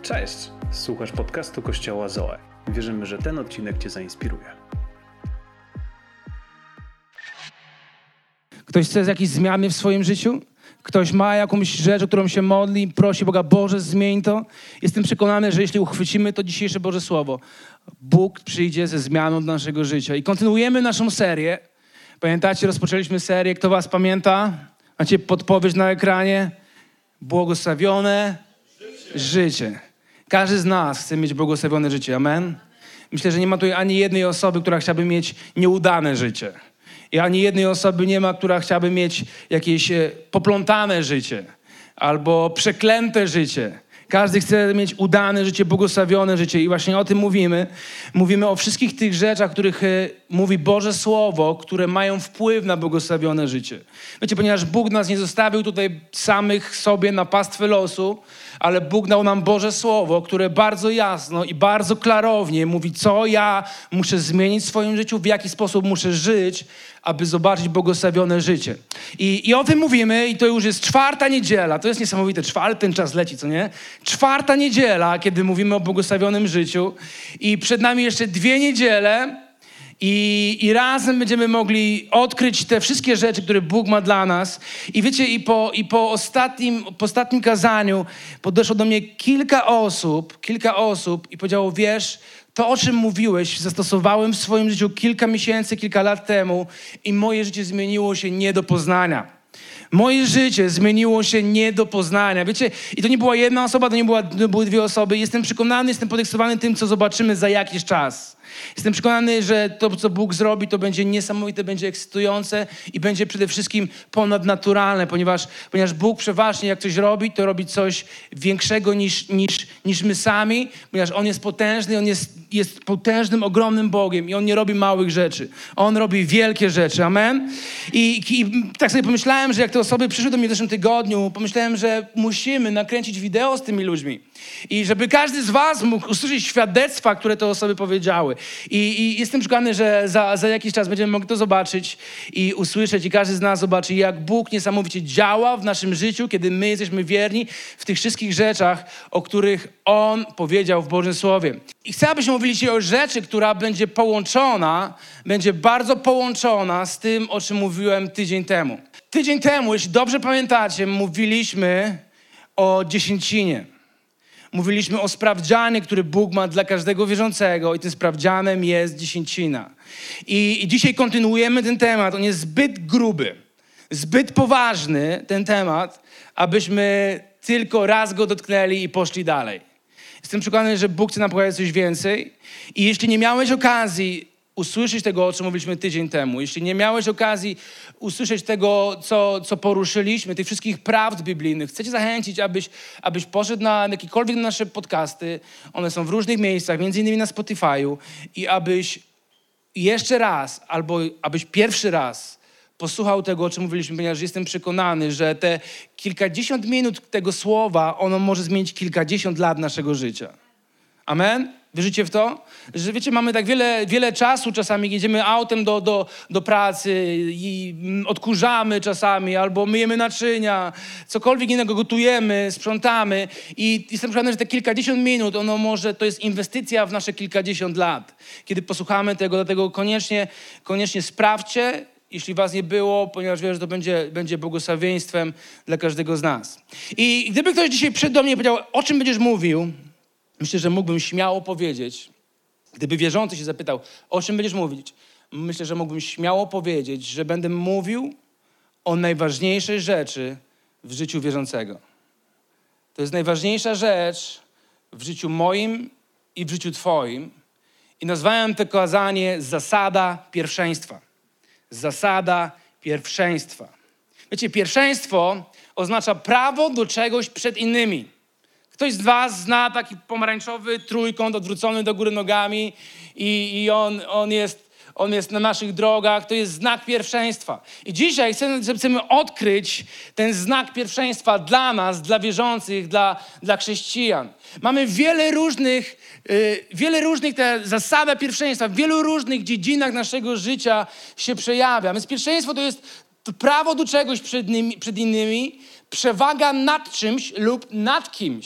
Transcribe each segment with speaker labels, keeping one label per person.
Speaker 1: Cześć! Słuchasz podcastu Kościoła Zoe. Wierzymy, że ten odcinek Cię zainspiruje.
Speaker 2: Ktoś chce jakieś zmiany w swoim życiu? Ktoś ma jakąś rzecz, o którą się modli, prosi Boga, Boże, zmień to. Jestem przekonany, że jeśli uchwycimy to dzisiejsze Boże Słowo, Bóg przyjdzie ze zmianą do naszego życia. I kontynuujemy naszą serię. Pamiętacie, rozpoczęliśmy serię, kto was pamięta? Macie podpowiedź na ekranie? Błogosławione życie. Każdy z nas chce mieć błogosławione życie. Amen? Myślę, że nie ma tutaj ani jednej osoby, która chciałaby mieć nieudane życie. I ani jednej osoby nie ma, która chciałaby mieć jakieś poplątane życie albo przeklęte życie. Każdy chce mieć udane życie, błogosławione życie i właśnie o tym mówimy. Mówimy o wszystkich tych rzeczach, których mówi Boże Słowo, które mają wpływ na błogosławione życie. Wiecie, ponieważ Bóg nas nie zostawił tutaj samych sobie na pastwę losu, ale Bóg dał nam Boże Słowo, które bardzo jasno i bardzo klarownie mówi, co ja muszę zmienić w swoim życiu, w jaki sposób muszę żyć, aby zobaczyć błogosławione życie. I o tym mówimy i to już jest 4. niedziela. To jest niesamowite. Ten czas leci, co nie? 4. niedziela, kiedy mówimy o błogosławionym życiu i przed nami jeszcze 2 niedziele i razem będziemy mogli odkryć te wszystkie rzeczy, które Bóg ma dla nas. I wiecie, po ostatnim kazaniu podeszło do mnie kilka osób i powiedziało, wiesz, to, o czym mówiłeś, zastosowałem w swoim życiu kilka miesięcy, kilka lat temu i moje życie zmieniło się nie do poznania. Moje życie zmieniło się nie do poznania. Wiecie, i to nie była jedna osoba, to były 2 osoby. Jestem przekonany, jestem podekscytowany tym, co zobaczymy za jakiś czas. Jestem przekonany, że to, co Bóg zrobi, to będzie niesamowite, będzie ekscytujące i będzie przede wszystkim ponadnaturalne, ponieważ Bóg przeważnie, jak coś robi, to robi coś większego niż my sami, ponieważ On jest potężny, On jest potężnym, ogromnym Bogiem i On nie robi małych rzeczy. On robi wielkie rzeczy. Amen? I tak sobie pomyślałem, że jak te osoby przyszły do mnie w zeszłym tygodniu, pomyślałem, że musimy nakręcić wideo z tymi ludźmi. I żeby każdy z was mógł usłyszeć świadectwa, które te osoby powiedziały. I jestem przekonany, że za jakiś czas będziemy mogli to zobaczyć i usłyszeć i każdy z nas zobaczy, jak Bóg niesamowicie działa w naszym życiu, kiedy my jesteśmy wierni w tych wszystkich rzeczach, o których On powiedział w Bożym Słowie. I chcę, abyśmy mówili dzisiaj o rzeczy, która będzie bardzo połączona z tym, o czym mówiłem tydzień temu. Tydzień temu, jeśli dobrze pamiętacie, mówiliśmy o dziesięcinie. Mówiliśmy o sprawdzianie, który Bóg ma dla każdego wierzącego i tym sprawdzianem jest dziesięcina. I dzisiaj kontynuujemy ten temat. On jest zbyt gruby, zbyt poważny ten temat, abyśmy tylko raz go dotknęli i poszli dalej. Jestem przekonany, że Bóg chce nam powiedzieć coś więcej i jeśli nie miałeś okazji usłyszeć tego, o czym mówiliśmy tydzień temu, jeśli nie miałeś okazji usłyszeć tego, co poruszyliśmy, tych wszystkich prawd biblijnych, chcę cię zachęcić, abyś poszedł na jakiekolwiek nasze podcasty, one są w różnych miejscach, między innymi na Spotify'u i abyś jeszcze raz, albo abyś pierwszy raz posłuchał tego, o czym mówiliśmy, ponieważ jestem przekonany, że te kilkadziesiąt minut tego słowa, ono może zmienić kilkadziesiąt lat naszego życia. Amen? Wierzycie w to? Że wiecie, mamy tak wiele czasu czasami, jedziemy autem do pracy i odkurzamy czasami, albo myjemy naczynia, cokolwiek innego gotujemy, sprzątamy i jestem przekonany, że te kilkadziesiąt minut, to jest inwestycja w nasze kilkadziesiąt lat. Kiedy posłuchamy tego, dlatego koniecznie sprawdźcie, jeśli was nie było, ponieważ wiem, że to będzie błogosławieństwem dla każdego z nas. I gdyby ktoś dzisiaj przyszedł do mnie i powiedział, o czym będziesz mówił, myślę, że mógłbym śmiało powiedzieć, gdyby wierzący się zapytał, o czym będziesz mówić, myślę, że mógłbym śmiało powiedzieć, że będę mówił o najważniejszej rzeczy w życiu wierzącego. To jest najważniejsza rzecz w życiu moim i w życiu twoim. I nazwałem to kazanie zasada pierwszeństwa. Zasada pierwszeństwa. Wiecie, pierwszeństwo oznacza prawo do czegoś przed innymi. Ktoś z was zna taki pomarańczowy trójkąt odwrócony do góry nogami i on jest na naszych drogach. To jest znak pierwszeństwa. I dzisiaj chcemy odkryć ten znak pierwszeństwa dla nas, dla wierzących, dla chrześcijan. Mamy wiele różnych ta zasada pierwszeństwa w wielu różnych dziedzinach naszego życia się przejawia. Więc pierwszeństwo to jest to prawo do czegoś przed innymi, przewaga nad czymś lub nad kimś.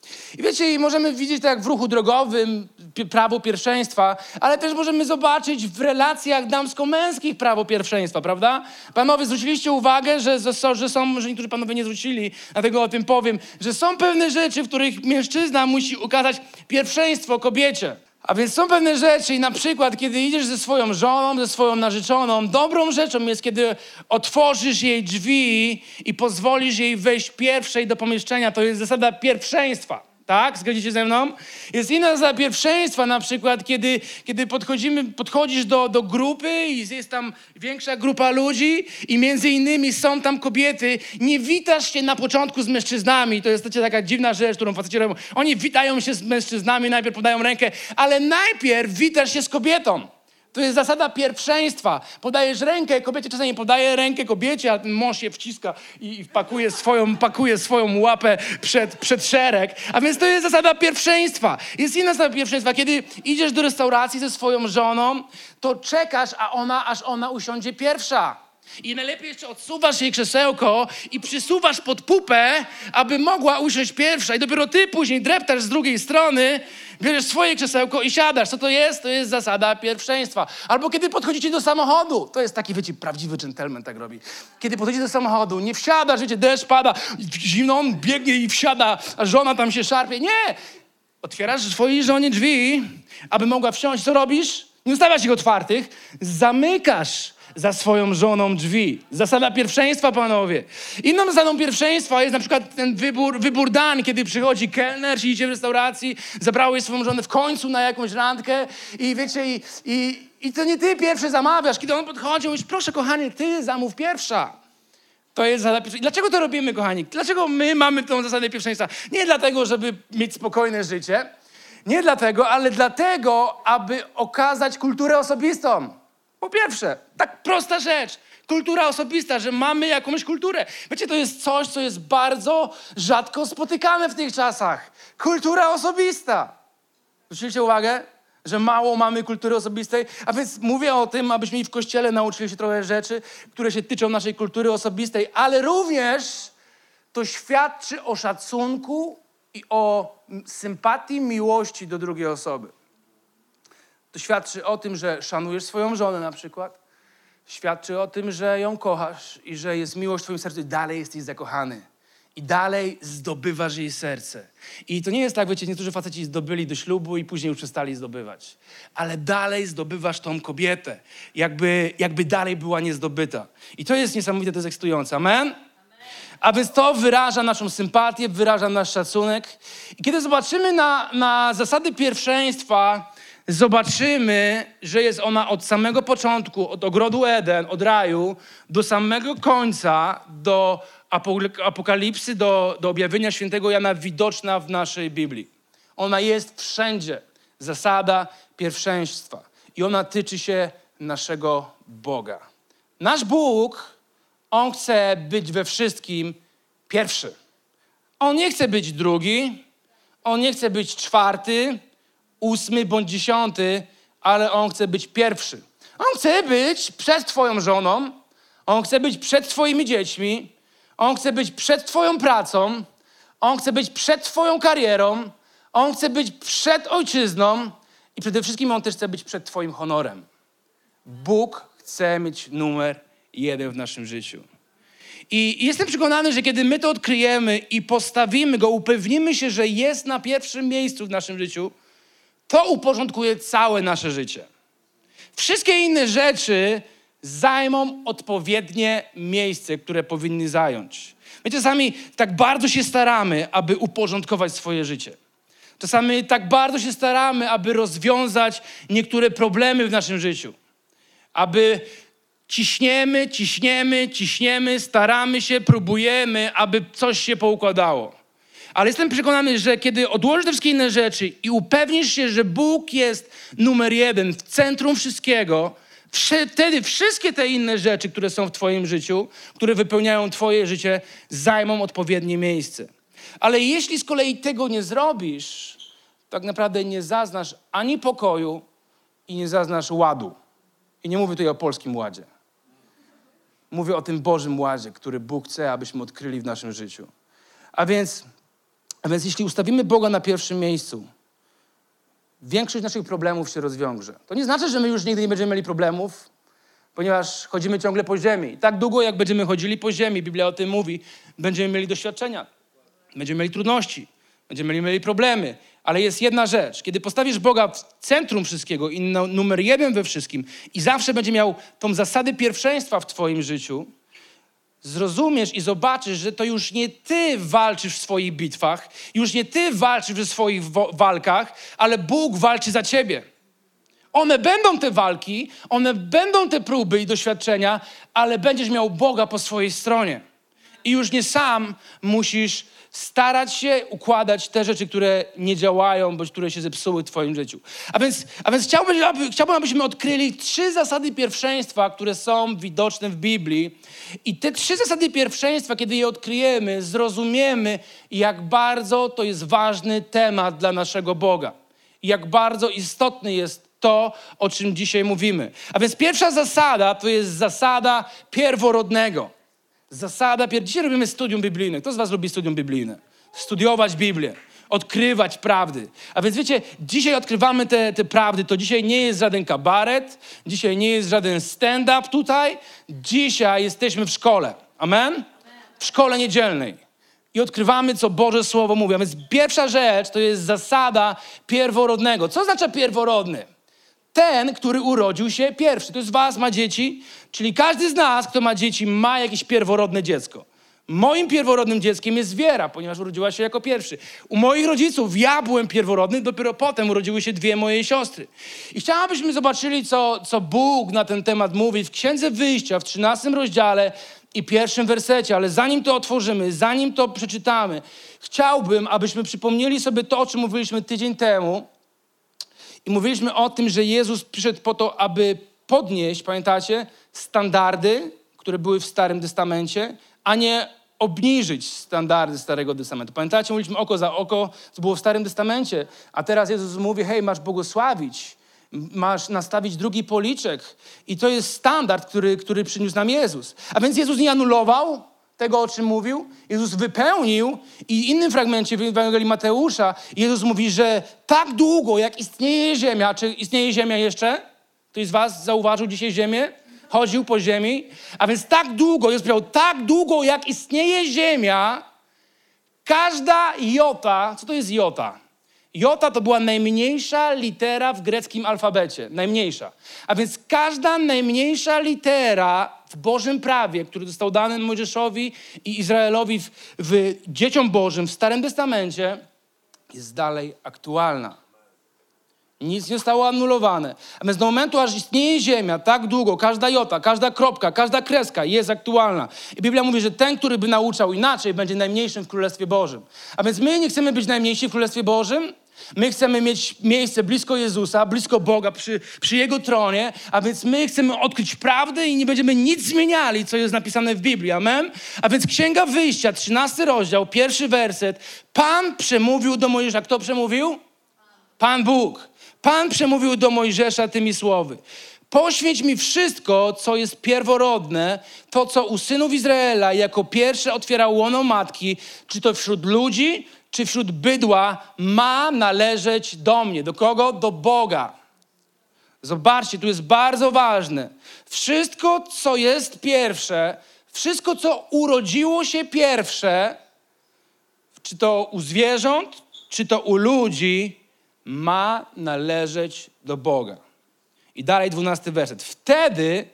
Speaker 2: I wiecie, możemy widzieć tak jak w ruchu drogowym prawo pierwszeństwa, ale też możemy zobaczyć w relacjach damsko-męskich prawo pierwszeństwa, prawda? Panowie, zwróciliście uwagę, że niektórzy panowie nie zwrócili, dlatego o tym powiem, że są pewne rzeczy, w których mężczyzna musi ukazać pierwszeństwo kobiecie. A więc są pewne rzeczy i na przykład, kiedy idziesz ze swoją żoną, ze swoją narzeczoną, dobrą rzeczą jest, kiedy otworzysz jej drzwi i pozwolisz jej wejść pierwszej do pomieszczenia. To jest zasada pierwszeństwa. Tak? Zgodzicie ze mną? Jest inna zasada pierwszeństwa, na przykład, kiedy podchodzisz do grupy i jest tam większa grupa ludzi i między innymi są tam kobiety, nie witasz się na początku z mężczyznami. To jest taka dziwna rzecz, którą faceci robią. Oni witają się z mężczyznami, najpierw podają rękę, ale najpierw witasz się z kobietą. To jest zasada pierwszeństwa. Podajesz rękę, kobiecie czasami podaje rękę kobiecie, a ten mąż je wciska i pakuje swoją łapę przed szereg. A więc to jest zasada pierwszeństwa. Jest inna zasada pierwszeństwa. Kiedy idziesz do restauracji ze swoją żoną, to czekasz, aż ona usiądzie pierwsza. I najlepiej jeszcze odsuwasz jej krzesełko i przysuwasz pod pupę, aby mogła usiąść pierwsza. I dopiero ty później dreptasz z drugiej strony, bierzesz swoje krzesełko i siadasz. Co to jest? To jest zasada pierwszeństwa. Albo kiedy podchodzicie do samochodu. To jest taki, wiecie, prawdziwy dżentelmen tak robi. Kiedy podchodzicie do samochodu, nie wsiadasz, wiecie, deszcz pada, zimno, on biegnie i wsiada, a żona tam się szarpie. Nie! Otwierasz swojej żonie drzwi, aby mogła wsiąść. Co robisz? Nie zostawiasz ich otwartych. Zamykasz za swoją żoną drzwi. Zasada pierwszeństwa, panowie. Inną zasadą pierwszeństwa jest na przykład ten wybór dań, kiedy przychodzi kelner, siedzicie w restauracji, zabrałeś swoją żonę w końcu na jakąś randkę i wiecie, i to nie ty pierwszy zamawiasz. Kiedy on podchodzi, mówisz, proszę kochanie, ty zamów pierwsza. To jest zasada pierwszeństwa. Dlaczego to robimy, kochani? Dlaczego my mamy tą zasadę pierwszeństwa? Nie dlatego, żeby mieć spokojne życie, nie dlatego, ale dlatego, aby okazać kulturę osobistą. Po pierwsze, tak prosta rzecz, kultura osobista, że mamy jakąś kulturę. Wiecie, to jest coś, co jest bardzo rzadko spotykane w tych czasach. Kultura osobista. Zwróciliście uwagę, że mało mamy kultury osobistej? A więc mówię o tym, abyśmy i w Kościele nauczyli się trochę rzeczy, które się tyczą naszej kultury osobistej, ale również to świadczy o szacunku i o sympatii, miłości do drugiej osoby. To świadczy o tym, że szanujesz swoją żonę na przykład. Świadczy o tym, że ją kochasz i że jest miłość w twoim sercu i dalej jesteś zakochany. I dalej zdobywasz jej serce. I to nie jest tak, wiecie, niektórzy faceci zdobyli do ślubu i później już przestali zdobywać. Ale dalej zdobywasz tą kobietę. Jakby dalej była niezdobyta. I to jest niesamowite, to jest ekscytujące. Amen? A więc to wyraża naszą sympatię, wyraża nasz szacunek. I kiedy zobaczymy na zasady pierwszeństwa, zobaczymy, że jest ona od samego początku, od ogrodu Eden, od raju, do samego końca, do Apokalipsy, do objawienia świętego Jana widoczna w naszej Biblii. Ona jest wszędzie. Zasada pierwszeństwa. I ona tyczy się naszego Boga. Nasz Bóg, On chce być we wszystkim pierwszy. On nie chce być drugi, On nie chce być czwarty, 8 bądź 10, ale On chce być pierwszy. On chce być przed twoją żoną, On chce być przed twoimi dziećmi, On chce być przed twoją pracą, On chce być przed twoją karierą, On chce być przed ojczyzną i przede wszystkim On też chce być przed twoim honorem. Bóg chce mieć numer 1 w naszym życiu. I jestem przekonany, że kiedy my to odkryjemy i postawimy Go, upewnimy się, że jest na pierwszym miejscu w naszym życiu, to uporządkuje całe nasze życie. Wszystkie inne rzeczy zajmą odpowiednie miejsce, które powinny zająć. My czasami tak bardzo się staramy, aby uporządkować swoje życie. Czasami tak bardzo się staramy, aby rozwiązać niektóre problemy w naszym życiu. Aby ciśniemy, staramy się, próbujemy, aby coś się poukładało. Ale jestem przekonany, że kiedy odłożysz te wszystkie inne rzeczy i upewnisz się, że Bóg jest numer 1 w centrum wszystkiego, wtedy wszystkie te inne rzeczy, które są w twoim życiu, które wypełniają twoje życie, zajmą odpowiednie miejsce. Ale jeśli z kolei tego nie zrobisz, tak naprawdę nie zaznasz ani pokoju i nie zaznasz ładu. I nie mówię tutaj o polskim ładzie. Mówię o tym Bożym ładzie, który Bóg chce, abyśmy odkryli w naszym życiu. A więc A więc jeśli ustawimy Boga na pierwszym miejscu, większość naszych problemów się rozwiąże. To nie znaczy, że my już nigdy nie będziemy mieli problemów, ponieważ chodzimy ciągle po ziemi. I tak długo, jak będziemy chodzili po ziemi, Biblia o tym mówi, będziemy mieli doświadczenia, będziemy mieli trudności, będziemy mieli problemy. Ale jest jedna rzecz. Kiedy postawisz Boga w centrum wszystkiego i numer 1 we wszystkim i zawsze będzie miał tą zasadę pierwszeństwa w twoim życiu, zrozumiesz i zobaczysz, że to już nie ty walczysz w swoich bitwach, już nie ty walczysz w swoich walkach, ale Bóg walczy za ciebie. One będą te walki, one będą te próby i doświadczenia, ale będziesz miał Boga po swojej stronie. I już nie sam musisz starać się układać te rzeczy, które nie działają, bądź które się zepsuły w twoim życiu. A więc chciałbym, abyśmy odkryli 3 zasady pierwszeństwa, które są widoczne w Biblii. I te 3 zasady pierwszeństwa, kiedy je odkryjemy, zrozumiemy, jak bardzo to jest ważny temat dla naszego Boga. I jak bardzo istotny jest to, o czym dzisiaj mówimy. A więc pierwsza zasada to jest zasada pierworodnego. Dzisiaj robimy studium biblijne. Kto z was lubi studium biblijne? Studiować Biblię, odkrywać prawdy. A więc wiecie, dzisiaj odkrywamy te prawdy. To dzisiaj nie jest żaden kabaret, dzisiaj nie jest żaden stand-up tutaj. Dzisiaj jesteśmy w szkole. Amen? W szkole niedzielnej. I odkrywamy, co Boże Słowo mówi. A więc pierwsza rzecz to jest zasada pierworodnego. Co oznacza pierworodny? Ten, który urodził się pierwszy. To jest was, ma dzieci. Czyli każdy z nas, kto ma dzieci, ma jakieś pierworodne dziecko. Moim pierworodnym dzieckiem jest Wiera, ponieważ urodziła się jako pierwszy. U moich rodziców ja byłem pierworodny, dopiero potem urodziły się 2 moje siostry. I chciałam, abyśmy zobaczyli, co Bóg na ten temat mówi w Księdze Wyjścia, w 13 rozdziale i 1 wersecie. Ale zanim to otworzymy, zanim to przeczytamy, chciałbym, abyśmy przypomnieli sobie to, o czym mówiliśmy tydzień temu. I mówiliśmy o tym, że Jezus przyszedł po to, aby podnieść, pamiętacie, standardy, które były w Starym Testamencie, a nie obniżyć standardy Starego Testamentu. Pamiętacie, mówiliśmy oko za oko, co było w Starym Testamencie, a teraz Jezus mówi, hej, masz błogosławić, masz nastawić drugi policzek. I to jest standard, który przyniósł nam Jezus. A więc Jezus nie anulował tego, o czym mówił. Jezus wypełnił i w innym fragmencie w Ewangelii Mateusza Jezus mówi, że tak długo, jak istnieje ziemia, czy istnieje ziemia jeszcze? Ktoś z was zauważył dzisiaj ziemię? Chodził po ziemi? A więc tak długo, Jezus powiedział, tak długo, jak istnieje ziemia, każda jota, co to jest jota? Jota to była najmniejsza litera w greckim alfabecie. Najmniejsza. A więc każda najmniejsza litera w Bożym prawie, który został dany Mojżeszowi i Izraelowi w dzieciom Bożym w Starym Testamencie, jest dalej aktualna. Nic nie zostało anulowane. A więc do momentu, aż istnieje ziemia, tak długo, każda jota, każda kropka, każda kreska jest aktualna. I Biblia mówi, że ten, który by nauczał inaczej, będzie najmniejszym w Królestwie Bożym. A więc my nie chcemy być najmniejsi w Królestwie Bożym. My chcemy mieć miejsce blisko Jezusa, blisko Boga, przy Jego tronie, a więc my chcemy odkryć prawdę i nie będziemy nic zmieniali, co jest napisane w Biblii. Amen? A więc Księga Wyjścia, 13 rozdział, 1 werset. Pan przemówił do Mojżesza. Kto przemówił? Pan Bóg. Pan przemówił do Mojżesza tymi słowy. Poświęć mi wszystko, co jest pierworodne, to, co u synów Izraela jako pierwsze otwiera łono matki, czy to wśród ludzi, czy wśród bydła, ma należeć do mnie. Do kogo? Do Boga. Zobaczcie, tu jest bardzo ważne. Wszystko, co jest pierwsze, wszystko, co urodziło się pierwsze, czy to u zwierząt, czy to u ludzi, ma należeć do Boga. I dalej 12 werset. Wtedy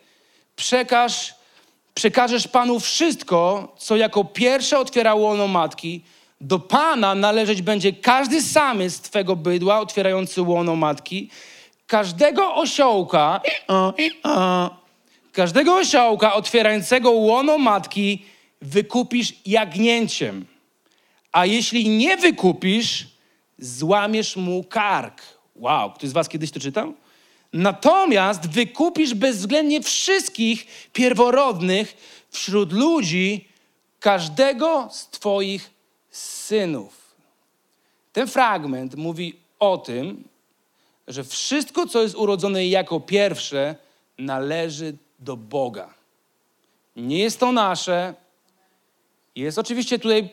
Speaker 2: przekażesz Panu wszystko, co jako pierwsze otwiera łono matki. Do Pana należeć będzie każdy samiec z twego bydła otwierający łono matki. Każdego osiołka otwierającego łono matki wykupisz jagnięciem. A jeśli nie wykupisz, złamiesz mu kark. Wow, ktoś z was kiedyś to czytał? Natomiast wykupisz bezwzględnie wszystkich pierworodnych wśród ludzi, każdego z twoich synów. Ten fragment mówi o tym, że wszystko, co jest urodzone jako pierwsze, należy do Boga. Nie jest to nasze. Jest oczywiście tutaj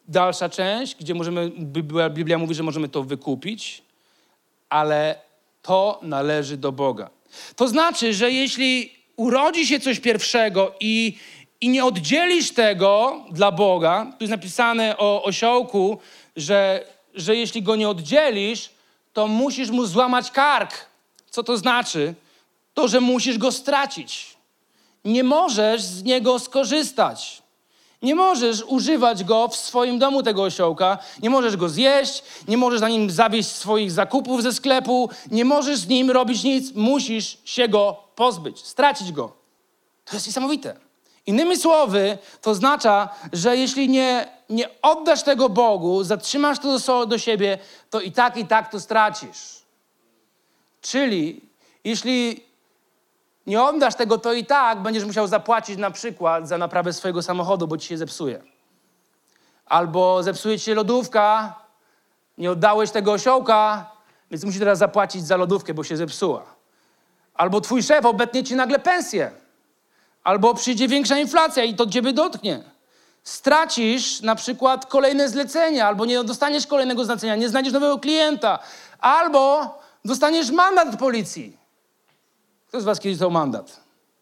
Speaker 2: dalsza część, gdzie Biblia mówi, że możemy to wykupić, ale to należy do Boga. To znaczy, że jeśli urodzi się coś pierwszego i nie oddzielisz tego dla Boga, tu jest napisane o osiołku, że jeśli go nie oddzielisz, to musisz mu złamać kark. Co to znaczy? To, że musisz go stracić. Nie możesz z niego skorzystać. Nie możesz używać go w swoim domu, tego osiołka. Nie możesz go zjeść, nie możesz na nim zawieźć swoich zakupów ze sklepu, nie możesz z nim robić nic. Musisz się go pozbyć, stracić go. To jest niesamowite. Innymi słowy, to oznacza, że jeśli nie oddasz tego Bogu, zatrzymasz to do siebie, to i tak to stracisz. Czyli jeśli nie oddasz tego, to i tak będziesz musiał zapłacić na przykład za naprawę swojego samochodu, bo ci się zepsuje. Albo zepsuje ci się lodówka, nie oddałeś tego osiołka, więc musisz teraz zapłacić za lodówkę, bo się zepsuła. Albo twój szef obetnie ci nagle pensję. Albo przyjdzie większa inflacja i to ciebie dotknie. Stracisz na przykład kolejne zlecenie, albo nie dostaniesz kolejnego zlecenia, nie znajdziesz nowego klienta, albo dostaniesz mandat od policji. Kto z was kiedyś dostał mandat?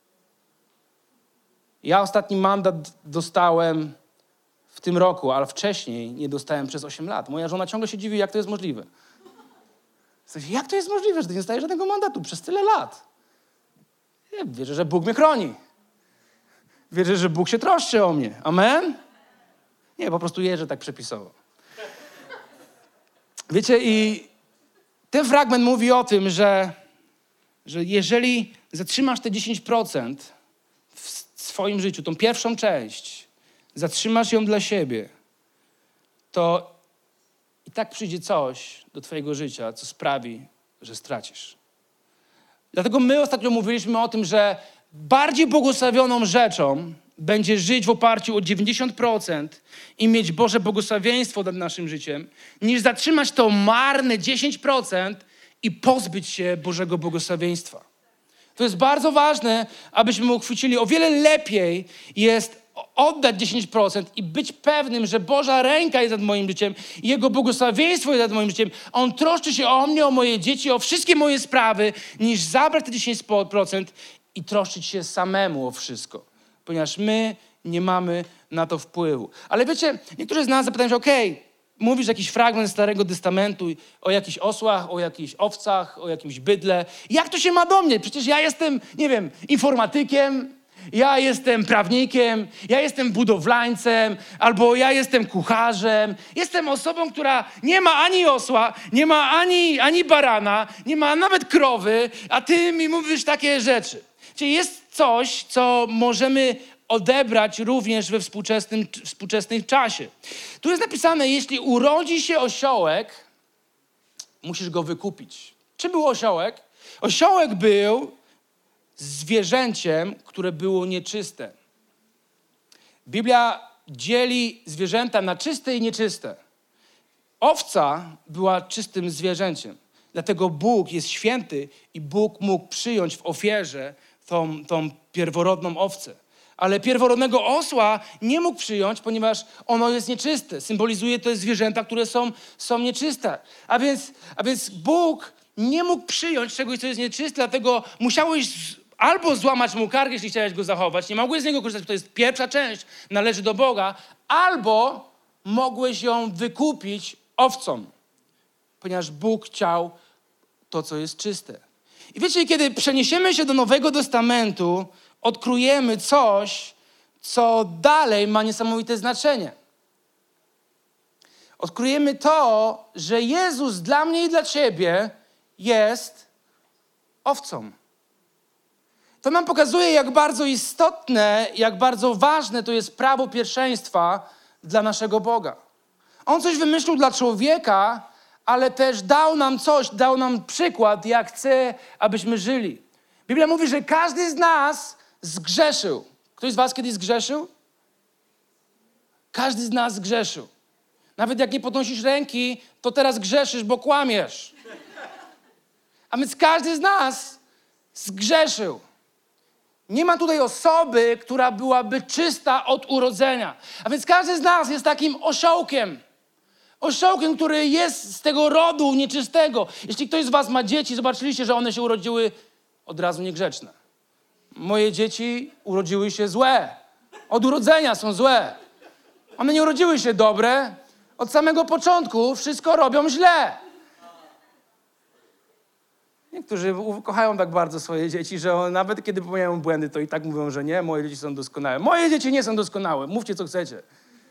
Speaker 2: Ja ostatni mandat dostałem w tym roku, ale wcześniej nie dostałem przez 8 lat. Moja żona ciągle się dziwi, jak to jest możliwe. Jak to jest możliwe, że ty nie dostajesz żadnego mandatu przez tyle lat? Ja wierzę, że Bóg mnie chroni. Wierzę, że Bóg się troszczy o mnie. Amen? Nie, po prostu Jerzy tak przepisowo. Wiecie, i ten fragment mówi o tym, że jeżeli zatrzymasz te 10% w swoim życiu, tą pierwszą część, zatrzymasz ją dla siebie, to i tak przyjdzie coś do twojego życia, co sprawi, że stracisz. Dlatego my ostatnio mówiliśmy o tym, że bardziej błogosławioną rzeczą będzie żyć w oparciu o 90% i mieć Boże błogosławieństwo nad naszym życiem, niż zatrzymać to marne 10% i pozbyć się Bożego błogosławieństwa. To jest bardzo ważne, abyśmy uchwycili. O wiele lepiej jest oddać 10% i być pewnym, że Boża ręka jest nad moim życiem i Jego błogosławieństwo jest nad moim życiem. On troszczy się o mnie, o moje dzieci, o wszystkie moje sprawy, niż zabrać te 10% i troszczyć się samemu o wszystko. Ponieważ my nie mamy na to wpływu. Ale wiecie, niektórzy z nas zapytają się, mówisz jakiś fragment Starego Testamentu o jakichś osłach, o jakichś owcach, o jakimś bydle. Jak to się ma do mnie? Przecież ja jestem, informatykiem, ja jestem prawnikiem, ja jestem budowlańcem, albo ja jestem kucharzem. Jestem osobą, która nie ma ani osła, nie ma ani barana, nie ma nawet krowy, a ty mi mówisz takie rzeczy. Czyli jest coś, co możemy odebrać również we współczesnym czasie. Tu jest napisane, jeśli urodzi się osiołek, musisz go wykupić. Czym był osiołek? Osiołek był zwierzęciem, które było nieczyste. Biblia dzieli zwierzęta na czyste i nieczyste. Owca była czystym zwierzęciem. Dlatego Bóg jest święty i Bóg mógł przyjąć w ofierze tą pierworodną owcę. Ale pierworodnego osła nie mógł przyjąć, ponieważ ono jest nieczyste. Symbolizuje to zwierzęta, które są nieczyste. A więc Bóg nie mógł przyjąć czegoś, co jest nieczyste, dlatego musiałeś albo złamać mu kark, jeśli chciałeś go zachować, nie mogłeś z niego korzystać, bo to jest pierwsza część, należy do Boga, albo mogłeś ją wykupić owcą, ponieważ Bóg chciał to, co jest czyste. I wiecie, kiedy przeniesiemy się do Nowego Testamentu, odkryjemy coś, co dalej ma niesamowite znaczenie. Odkryjemy to, że Jezus dla mnie i dla ciebie jest owcą. To nam pokazuje, jak bardzo istotne, jak bardzo ważne to jest prawo pierwszeństwa dla naszego Boga. On coś wymyślił dla człowieka, ale też dał nam przykład, jak chce, abyśmy żyli. Biblia mówi, że każdy z nas zgrzeszył. Ktoś z was kiedyś zgrzeszył? Każdy z nas zgrzeszył. Nawet jak nie podnosisz ręki, to teraz grzeszysz, bo kłamiesz. A więc każdy z nas zgrzeszył. Nie ma tutaj osoby, która byłaby czysta od urodzenia. A więc każdy z nas jest takim osiołkiem. Osiołkiem, który jest z tego rodu nieczystego. Jeśli ktoś z was ma dzieci, zobaczyliście, że one się urodziły od razu niegrzeczne. Moje dzieci urodziły się złe. Od urodzenia są złe. One nie urodziły się dobre. Od samego początku wszystko robią źle. Niektórzy kochają tak bardzo swoje dzieci, że nawet kiedy popełniają błędy, to i tak mówią, że nie, moje dzieci są doskonałe. Moje dzieci nie są doskonałe. Mówcie, co chcecie.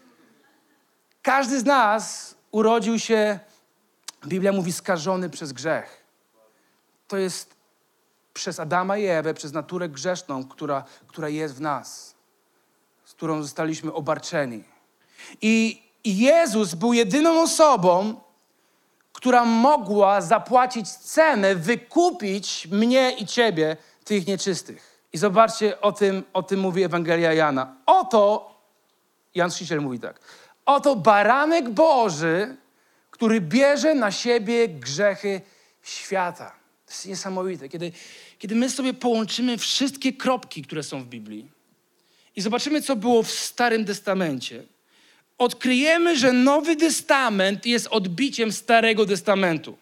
Speaker 2: Każdy z nas urodził się, Biblia mówi, skażony przez grzech. To jest przez Adama i Ewę, przez naturę grzeszną, która jest w nas, z którą zostaliśmy obarczeni. I Jezus był jedyną osobą, która mogła zapłacić cenę, wykupić mnie i ciebie, tych nieczystych. I zobaczcie, o tym mówi Ewangelia Jana. Oto, Jan Chrzciciel mówi tak, oto baranek Boży, który bierze na siebie grzechy świata. To jest niesamowite. Kiedy my sobie połączymy wszystkie kropki, które są w Biblii i zobaczymy, co było w Starym Testamencie, odkryjemy, że Nowy Testament jest odbiciem Starego Testamentu.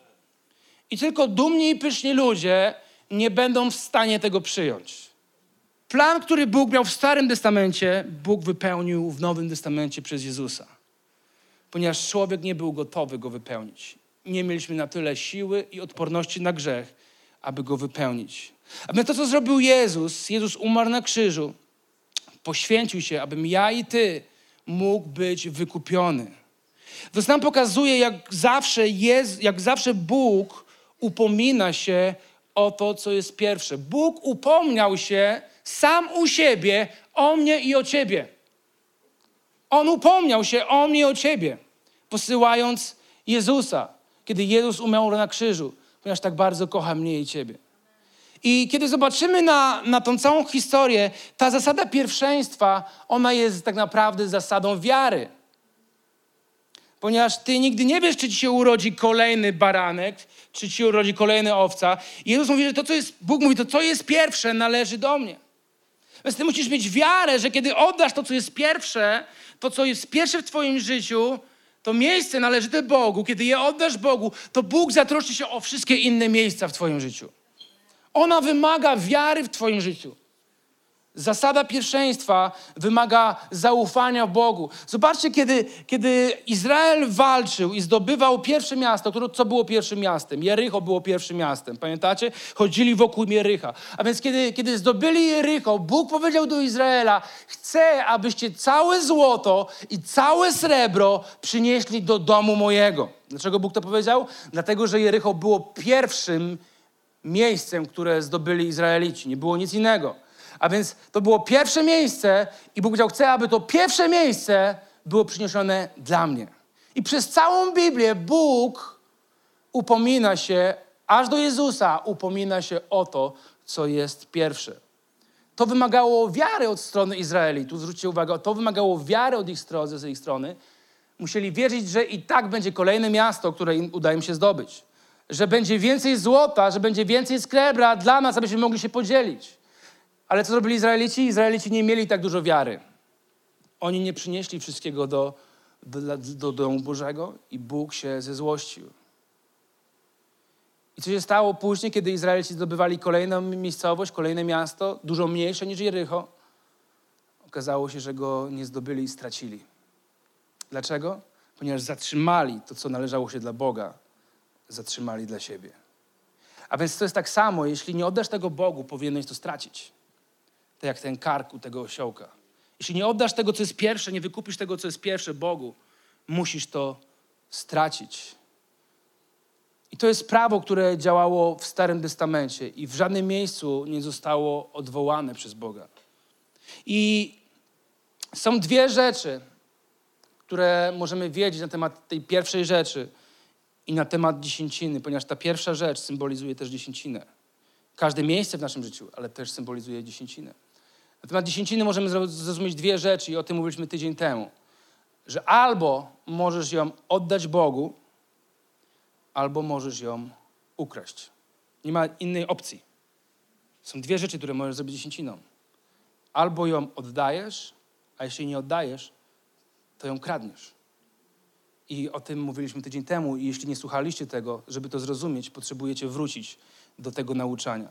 Speaker 2: I tylko dumni i pyszni ludzie nie będą w stanie tego przyjąć. Plan, który Bóg miał w Starym Testamencie, Bóg wypełnił w Nowym Testamencie przez Jezusa. Ponieważ człowiek nie był gotowy go wypełnić. Nie mieliśmy na tyle siły i odporności na grzech, aby go wypełnić. A więc to, co zrobił Jezus umarł na krzyżu, poświęcił się, abym ja i ty mógł być wykupiony. To nam pokazuje, jak zawsze Bóg upomina się o to, co jest pierwsze. Bóg upomniał się sam u siebie o mnie i o ciebie. On upomniał się o mnie i o ciebie, posyłając Jezusa, kiedy Jezus umarł na krzyżu, ponieważ tak bardzo kocha mnie i ciebie. I kiedy zobaczymy na tą całą historię, ta zasada pierwszeństwa, ona jest tak naprawdę zasadą wiary. Ponieważ ty nigdy nie wiesz, czy ci się urodzi kolejny baranek, czy ci się urodzi kolejna owca. I Jezus mówi, że Bóg mówi, to co jest pierwsze, należy do mnie. Więc ty musisz mieć wiarę, że kiedy oddasz to, co jest pierwsze, to, co jest pierwsze w twoim życiu, to miejsce należyte Bogu. Kiedy je oddasz Bogu, to Bóg zatroszczy się o wszystkie inne miejsca w twoim życiu. Ona wymaga wiary w twoim życiu. Zasada pierwszeństwa wymaga zaufania Bogu. Zobaczcie, kiedy Izrael walczył i zdobywał pierwsze miasto, co było pierwszym miastem? Jericho było pierwszym miastem. Pamiętacie? Chodzili wokół Jericha. A więc kiedy zdobyli Jericho, Bóg powiedział do Izraela, chcę, abyście całe złoto i całe srebro przynieśli do domu mojego. Dlaczego Bóg to powiedział? Dlatego, że Jericho było pierwszym miejscem, które zdobyli Izraelici. Nie było nic innego. A więc to było pierwsze miejsce i Bóg powiedział, chcę, aby to pierwsze miejsce było przyniesione dla mnie. I przez całą Biblię Bóg upomina się, aż do Jezusa upomina się o to, co jest pierwsze. To wymagało wiary od strony Izraelitów. Zwróćcie uwagę, to wymagało wiary z ich strony. Musieli wierzyć, że i tak będzie kolejne miasto, które uda im się zdobyć. Że będzie więcej złota, że będzie więcej srebra dla nas, abyśmy mogli się podzielić. Ale co zrobili Izraelici? Izraelici nie mieli tak dużo wiary. Oni nie przynieśli wszystkiego do domu Bożego i Bóg się zezłościł. I co się stało później, kiedy Izraelici zdobywali kolejną miejscowość, kolejne miasto, dużo mniejsze niż Jericho? Okazało się, że go nie zdobyli i stracili. Dlaczego? Ponieważ zatrzymali to, co należało się dla Boga, zatrzymali dla siebie. A więc to jest tak samo, jeśli nie oddasz tego Bogu, powinieneś to stracić. Tak jak ten kark u tego osiołka. Jeśli nie oddasz tego, co jest pierwsze, nie wykupisz tego, co jest pierwsze Bogu, musisz to stracić. I to jest prawo, które działało w Starym Testamencie i w żadnym miejscu nie zostało odwołane przez Boga. I są dwie rzeczy, które możemy wiedzieć na temat tej pierwszej rzeczy i na temat dziesięciny, ponieważ ta pierwsza rzecz symbolizuje też dziesięcinę. Każde miejsce w naszym życiu, ale też symbolizuje dziesięcinę. Na temat dziesięciny możemy zrozumieć dwie rzeczy i o tym mówiliśmy tydzień temu. Że albo możesz ją oddać Bogu, albo możesz ją ukraść. Nie ma innej opcji. Są dwie rzeczy, które możesz zrobić dziesięciną. Albo ją oddajesz, a jeśli nie oddajesz, to ją kradniesz. I o tym mówiliśmy tydzień temu i jeśli nie słuchaliście tego, żeby to zrozumieć, potrzebujecie wrócić do tego nauczania.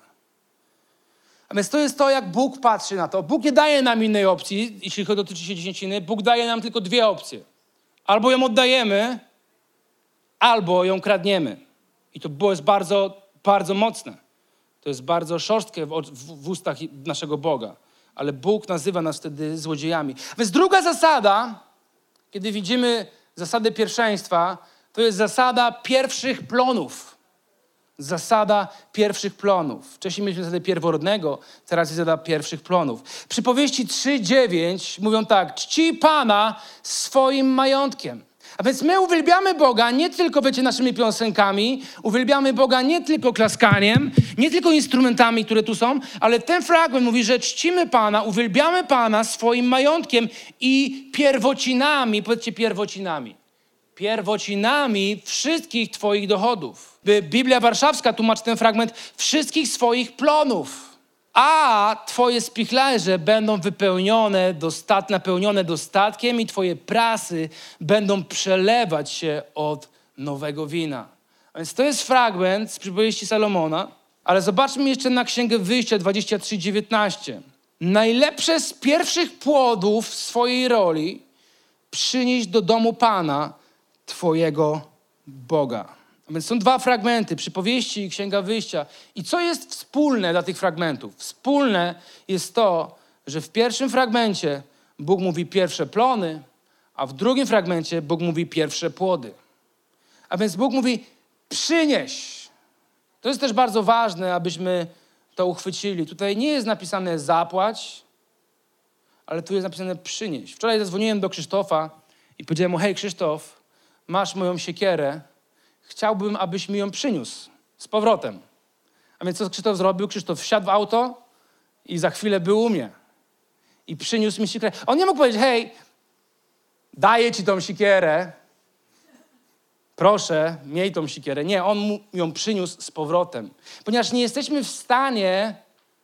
Speaker 2: A więc to jest to, jak Bóg patrzy na to. Bóg nie daje nam innej opcji, jeśli dotyczy się dziesięciny. Bóg daje nam tylko dwie opcje. Albo ją oddajemy, albo ją kradniemy. I to jest bardzo, bardzo mocne. To jest bardzo szorstkie w ustach naszego Boga. Ale Bóg nazywa nas wtedy złodziejami. A więc druga zasada, kiedy widzimy zasadę pierwszeństwa, to jest zasada pierwszych plonów. Zasada pierwszych plonów. Wcześniej mieliśmy zasadę pierworodnego, teraz jest zasada pierwszych plonów. Przypowieści 3:9 mówią tak: czci Pana swoim majątkiem. A więc my uwielbiamy Boga nie tylko, naszymi piosenkami, uwielbiamy Boga nie tylko klaskaniem, nie tylko instrumentami, które tu są, ale ten fragment mówi, że czcimy Pana, uwielbiamy Pana swoim majątkiem i pierwocinami. Powiedzcie pierwocinami. Pierwocinami wszystkich twoich dochodów. Biblia Warszawska tłumaczy ten fragment wszystkich swoich plonów. A twoje spichlerze będą napełnione dostatkiem i twoje prasy będą przelewać się od nowego wina. A więc to jest fragment z przypowieści Salomona, ale zobaczmy jeszcze na Księgę Wyjścia 23:19. Najlepsze z pierwszych płodów swojej roli przynieść do domu Pana, twojego Boga. A więc są dwa fragmenty, przypowieści i Księga Wyjścia. I co jest wspólne dla tych fragmentów? Wspólne jest to, że w pierwszym fragmencie Bóg mówi pierwsze plony, a w drugim fragmencie Bóg mówi pierwsze płody. A więc Bóg mówi przynieś. To jest też bardzo ważne, abyśmy to uchwycili. Tutaj nie jest napisane zapłać, ale tu jest napisane przynieś. Wczoraj zadzwoniłem do Krzysztofa i powiedziałem mu: hej Krzysztof, masz moją siekierę, chciałbym, abyś mi ją przyniósł z powrotem. A więc co Krzysztof zrobił? Krzysztof wsiadł w auto i za chwilę był u mnie. I przyniósł mi siekierę. On nie mógł powiedzieć: hej, daję ci tą siekierę, proszę, miej tą siekierę. Nie, on mu ją przyniósł z powrotem. Ponieważ nie jesteśmy w stanie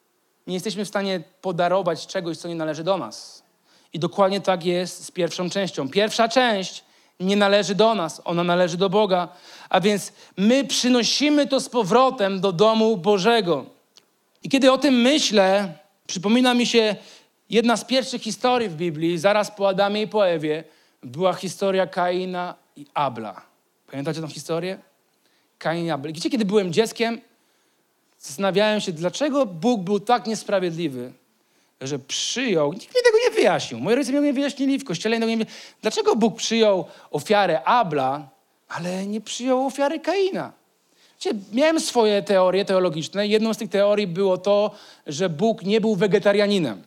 Speaker 2: podarować czegoś, co nie należy do nas. I dokładnie tak jest z pierwszą częścią. Pierwsza część nie należy do nas, ona należy do Boga. A więc my przynosimy to z powrotem do domu Bożego. I kiedy o tym myślę, przypomina mi się jedna z pierwszych historii w Biblii, zaraz po Adamie i po Ewie, była historia Kaina i Abla. Pamiętacie tę historię? Kain i Abel. Wiecie, kiedy byłem dzieckiem, zastanawiałem się, dlaczego Bóg był tak niesprawiedliwy, że przyjął, nikt mi tego nie wyjaśnił. Moi rodzice mi nie wyjaśnili, w kościele nie wyjaśnili. Dlaczego Bóg przyjął ofiarę Abla, ale nie przyjął ofiary Kaina? Wiecie, miałem swoje teorie teologiczne. Jedną z tych teorii było to, że Bóg nie był wegetarianinem.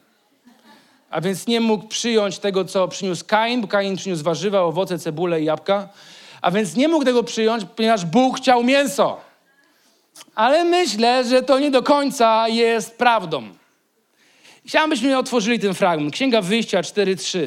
Speaker 2: A więc nie mógł przyjąć tego, co przyniósł Kain, bo Kain przyniósł warzywa, owoce, cebulę i jabłka. A więc nie mógł tego przyjąć, ponieważ Bóg chciał mięso. Ale myślę, że to nie do końca jest prawdą. Chciałbym, byśmy otworzyli ten fragment. Księga Wyjścia 4:3.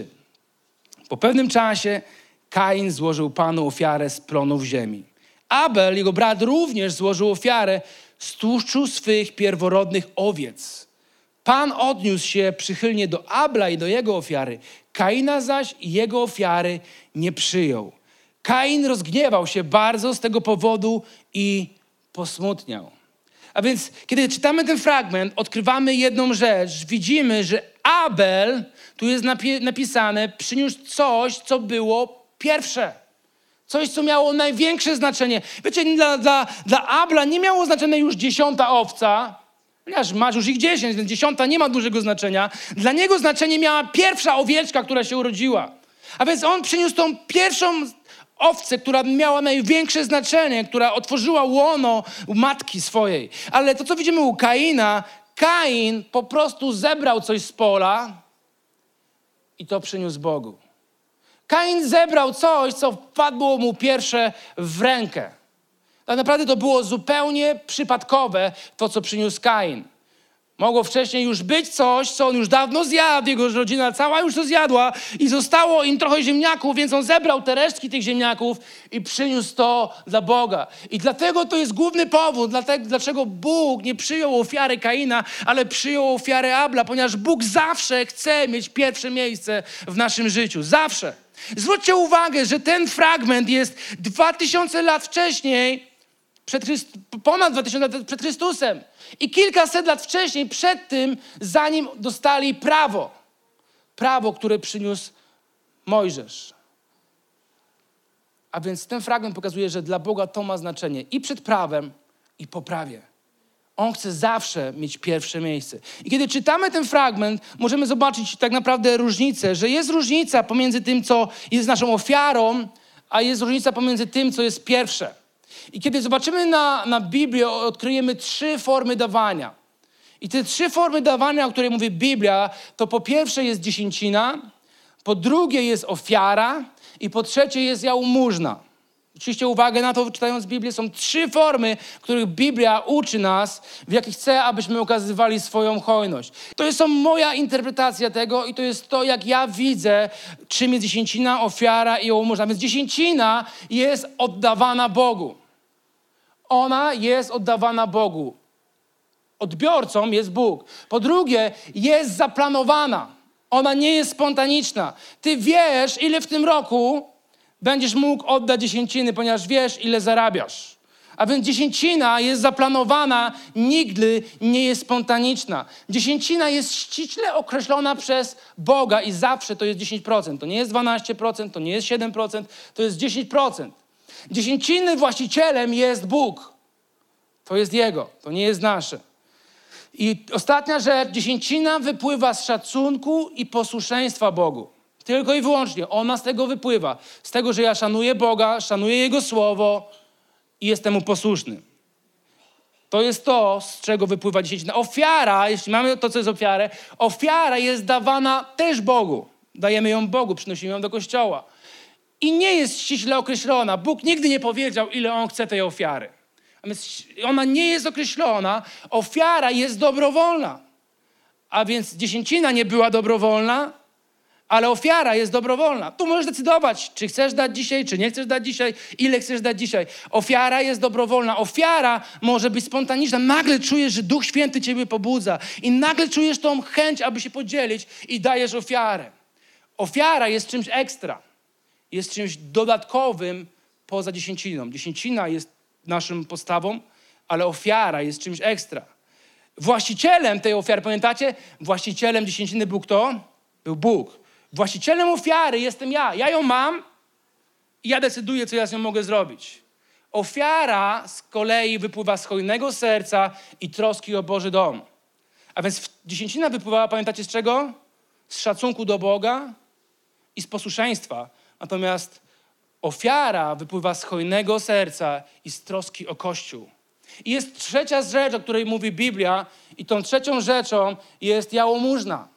Speaker 2: Po pewnym czasie Kain złożył Panu ofiarę z plonów ziemi. Abel, jego brat, również złożył ofiarę z tłuszczu swych pierworodnych owiec. Pan odniósł się przychylnie do Abla i do jego ofiary. Kaina zaś i jego ofiary nie przyjął. Kain rozgniewał się bardzo z tego powodu i posmutniał. A więc, kiedy czytamy ten fragment, odkrywamy jedną rzecz. Widzimy, że Abel, tu jest napisane, przyniósł coś, co było pierwsze. Coś, co miało największe znaczenie. Wiecie, dla Abla nie miało znaczenia już 10. owca, ponieważ masz już ich 10, więc 10 nie ma dużego znaczenia. Dla niego znaczenie miała pierwsza owieczka, która się urodziła. A więc on przyniósł tą pierwszą owcę, która miała największe znaczenie, która otworzyła łono matki swojej. Ale to, co widzimy u Kaina, Kain po prostu zebrał coś z pola i to przyniósł Bogu. Kain zebrał coś, co wpadło mu pierwsze w rękę. Tak naprawdę to było zupełnie przypadkowe, to, co przyniósł Kain. Mogło wcześniej już być coś, co on już dawno zjadł, jego rodzina cała już to zjadła i zostało im trochę ziemniaków, więc on zebrał te resztki tych ziemniaków i przyniósł to dla Boga. I dlatego to jest główny powód, dlaczego Bóg nie przyjął ofiary Kaina, ale przyjął ofiarę Abla, ponieważ Bóg zawsze chce mieć pierwsze miejsce w naszym życiu. Zawsze. Zwróćcie uwagę, że ten fragment jest 2000 lat wcześniej, ponad 2000 lat przed Chrystusem. I kilkaset lat wcześniej, przed tym, zanim dostali prawo. Prawo, które przyniósł Mojżesz. A więc ten fragment pokazuje, że dla Boga to ma znaczenie i przed prawem, i po prawie. On chce zawsze mieć pierwsze miejsce. I kiedy czytamy ten fragment, możemy zobaczyć tak naprawdę różnicę, że jest różnica pomiędzy tym, co jest naszą ofiarą, a jest różnica pomiędzy tym, co jest pierwsze. I kiedy zobaczymy na Biblię, odkryjemy 3 formy dawania. I te 3 formy dawania, o której mówi Biblia, to po pierwsze jest dziesięcina, po drugie jest ofiara i po trzecie jest jałmużna. Zwróćcie uwagę na to, czytając Biblię, są 3 formy, których Biblia uczy nas, w jakich chce, abyśmy okazywali swoją hojność. To jest moja interpretacja tego i to jest to, jak ja widzę, czym jest dziesięcina, ofiara i jałmużna. Więc dziesięcina jest oddawana Bogu. Ona jest oddawana Bogu. Odbiorcą jest Bóg. Po drugie, jest zaplanowana. Ona nie jest spontaniczna. Ty wiesz, ile w tym roku będziesz mógł oddać dziesięciny, ponieważ wiesz, ile zarabiasz. A więc dziesięcina jest zaplanowana, nigdy nie jest spontaniczna. Dziesięcina jest ściśle określona przez Boga i zawsze to jest 10%. To nie jest 12%, to nie jest 7%, to jest 10%. Dziesięciny właścicielem jest Bóg. To jest Jego, to nie jest nasze. I ostatnia rzecz, dziesięcina wypływa z szacunku i posłuszeństwa Bogu. Tylko i wyłącznie ona z tego wypływa. Z tego, że ja szanuję Boga, szanuję Jego Słowo i jestem Mu posłuszny. To jest to, z czego wypływa dziesięcina. Ofiara, jeśli mamy to, co jest ofiara jest dawana też Bogu. Dajemy ją Bogu, przynosimy ją do kościoła. I nie jest ściśle określona. Bóg nigdy nie powiedział, ile On chce tej ofiary. A więc ona nie jest określona. Ofiara jest dobrowolna. A więc dziesięcina nie była dobrowolna, ale ofiara jest dobrowolna. Tu możesz decydować, czy chcesz dać dzisiaj, czy nie chcesz dać dzisiaj, ile chcesz dać dzisiaj. Ofiara jest dobrowolna. Ofiara może być spontaniczna. Nagle czujesz, że Duch Święty ciebie pobudza i nagle czujesz tą chęć, aby się podzielić i dajesz ofiarę. Ofiara jest czymś ekstra. Jest czymś dodatkowym poza dziesięciną. Dziesięcina jest naszą postawą, ale ofiara jest czymś ekstra. Właścicielem tej ofiary, pamiętacie? Właścicielem dziesięciny był kto? Był Bóg. Właścicielem ofiary jestem ja. Ja ją mam i ja decyduję, co ja z nią mogę zrobić. Ofiara z kolei wypływa z hojnego serca i troski o Boży dom. A więc dziesięcina wypływała, pamiętacie z czego? Z szacunku do Boga i z posłuszeństwa. Natomiast ofiara wypływa z hojnego serca i z troski o Kościół. I jest trzecia rzecz, o której mówi Biblia i tą trzecią rzeczą jest jałmużna.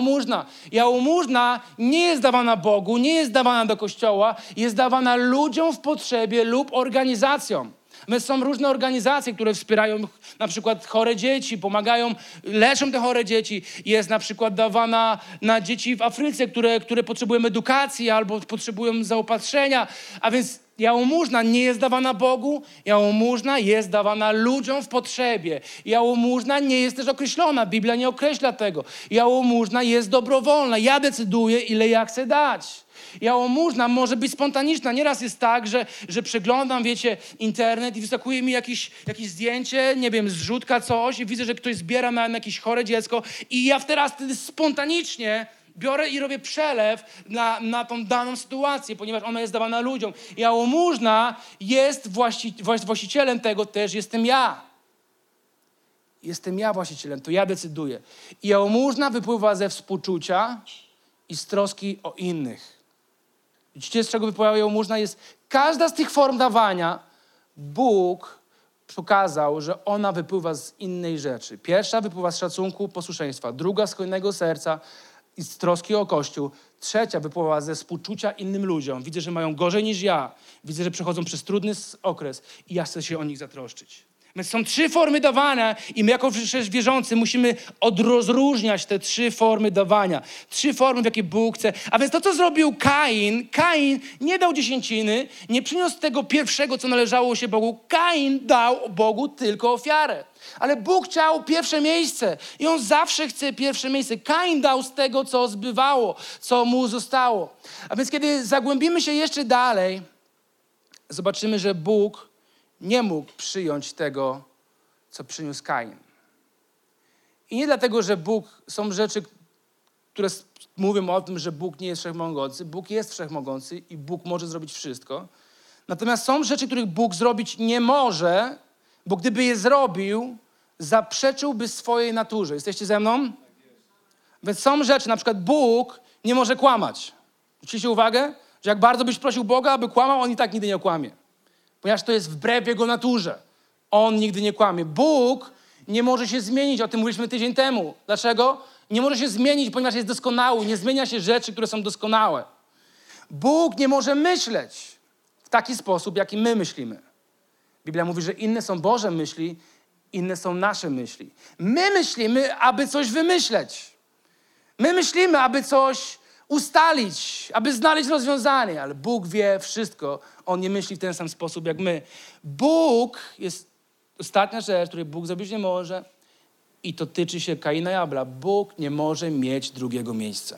Speaker 2: Jałmużna nie jest dawana Bogu, nie jest dawana do Kościoła, jest dawana ludziom w potrzebie lub organizacjom. Są różne organizacje, które wspierają na przykład chore dzieci, pomagają, leczą te chore dzieci. Jest na przykład dawana na dzieci w Afryce, które potrzebują edukacji albo potrzebują zaopatrzenia. A więc jałmużna nie jest dawana Bogu, jałmużna jest dawana ludziom w potrzebie. Jałmużna nie jest też określona, Biblia nie określa tego. Jałmużna jest dobrowolna, ja decyduję, ile ja chcę dać. Jałmużna może być spontaniczna. Nieraz jest tak, że przeglądam, internet i wyskakuje mi jakieś zdjęcie, zrzutka, coś i widzę, że ktoś zbiera na jakieś chore dziecko i ja wtedy spontanicznie biorę i robię przelew na tą daną sytuację, ponieważ ona jest dawana ludziom. Jałmużna jest właścicielem tego, też jestem ja. Jestem ja właścicielem, to ja decyduję. I jałmużna wypływa ze współczucia i z troski o innych. Widzicie, z czego wypływa jałmużna? Każda z tych form dawania Bóg pokazał, że ona wypływa z innej rzeczy. Pierwsza wypływa z szacunku, posłuszeństwa. Druga z hojnego serca i z troski o Kościół. Trzecia wypływa ze współczucia innym ludziom. Widzę, że mają gorzej niż ja. Widzę, że przechodzą przez trudny okres i ja chcę się o nich zatroszczyć. Więc są 3 formy dawania i my jako wierzący musimy rozróżniać te 3 formy dawania. 3 formy, w jakie Bóg chce. A więc to, co zrobił Kain nie dał dziesięciny, nie przyniósł tego pierwszego, co należało się Bogu. Kain dał Bogu tylko ofiarę. Ale Bóg chciał pierwsze miejsce i On zawsze chce pierwsze miejsce. Kain dał z tego, co zbywało, co mu zostało. A więc kiedy zagłębimy się jeszcze dalej, zobaczymy, że Bóg nie mógł przyjąć tego, co przyniósł Kain. I nie dlatego, że są rzeczy, które mówią o tym, że Bóg nie jest wszechmogący. Bóg jest wszechmogący i Bóg może zrobić wszystko. Natomiast są rzeczy, których Bóg zrobić nie może, bo gdyby je zrobił, zaprzeczyłby swojej naturze. Jesteście ze mną? Więc są rzeczy, na przykład Bóg nie może kłamać. Zwróćcie uwagę, że jak bardzo byś prosił Boga, aby kłamał, On i tak nigdy nie okłamie. Ponieważ to jest wbrew Jego naturze. On nigdy nie kłamie. Bóg nie może się zmienić. O tym mówiliśmy tydzień temu. Dlaczego? Nie może się zmienić, ponieważ jest doskonały. Nie zmienia się rzeczy, które są doskonałe. Bóg nie może myśleć w taki sposób, jaki my myślimy. Biblia mówi, że inne są Boże myśli, inne są nasze myśli. My myślimy, aby coś wymyśleć. My myślimy, aby coś ustalić, aby znaleźć rozwiązanie, ale Bóg wie wszystko. On nie myśli w ten sam sposób jak my. Bóg jest ostatnia rzecz, której Bóg zrobić nie może i to tyczy się Kaina i Abla. Bóg nie może mieć drugiego miejsca.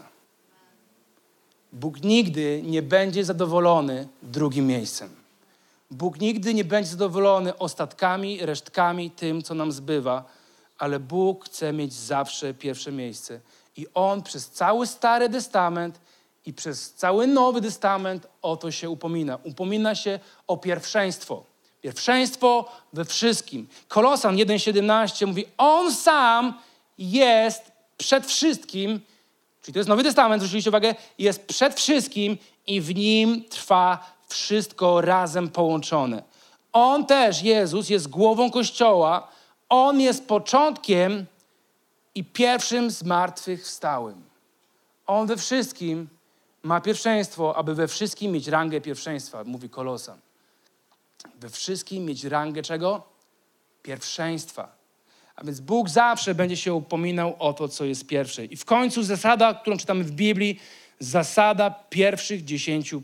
Speaker 2: Bóg nigdy nie będzie zadowolony drugim miejscem. Bóg nigdy nie będzie zadowolony ostatkami, resztkami, tym, co nam zbywa, ale Bóg chce mieć zawsze pierwsze miejsce. I On przez cały Stary Testament i przez cały Nowy Testament o to się upomina. Upomina się o pierwszeństwo. Pierwszeństwo we wszystkim. Kolosan 1,17 mówi, On sam jest przed wszystkim, czyli to jest Nowy Testament, zwróciliście uwagę, jest przed wszystkim i w Nim trwa wszystko razem połączone. On też, Jezus, jest głową Kościoła. On jest początkiem i pierwszym zmartwychwstałym. On we wszystkim ma pierwszeństwo, aby we wszystkim mieć rangę pierwszeństwa, mówi Kolosan. We wszystkim mieć rangę czego? Pierwszeństwa. A więc Bóg zawsze będzie się upominał o to, co jest pierwsze. I w końcu zasada, którą czytamy w Biblii, zasada pierwszych 10%.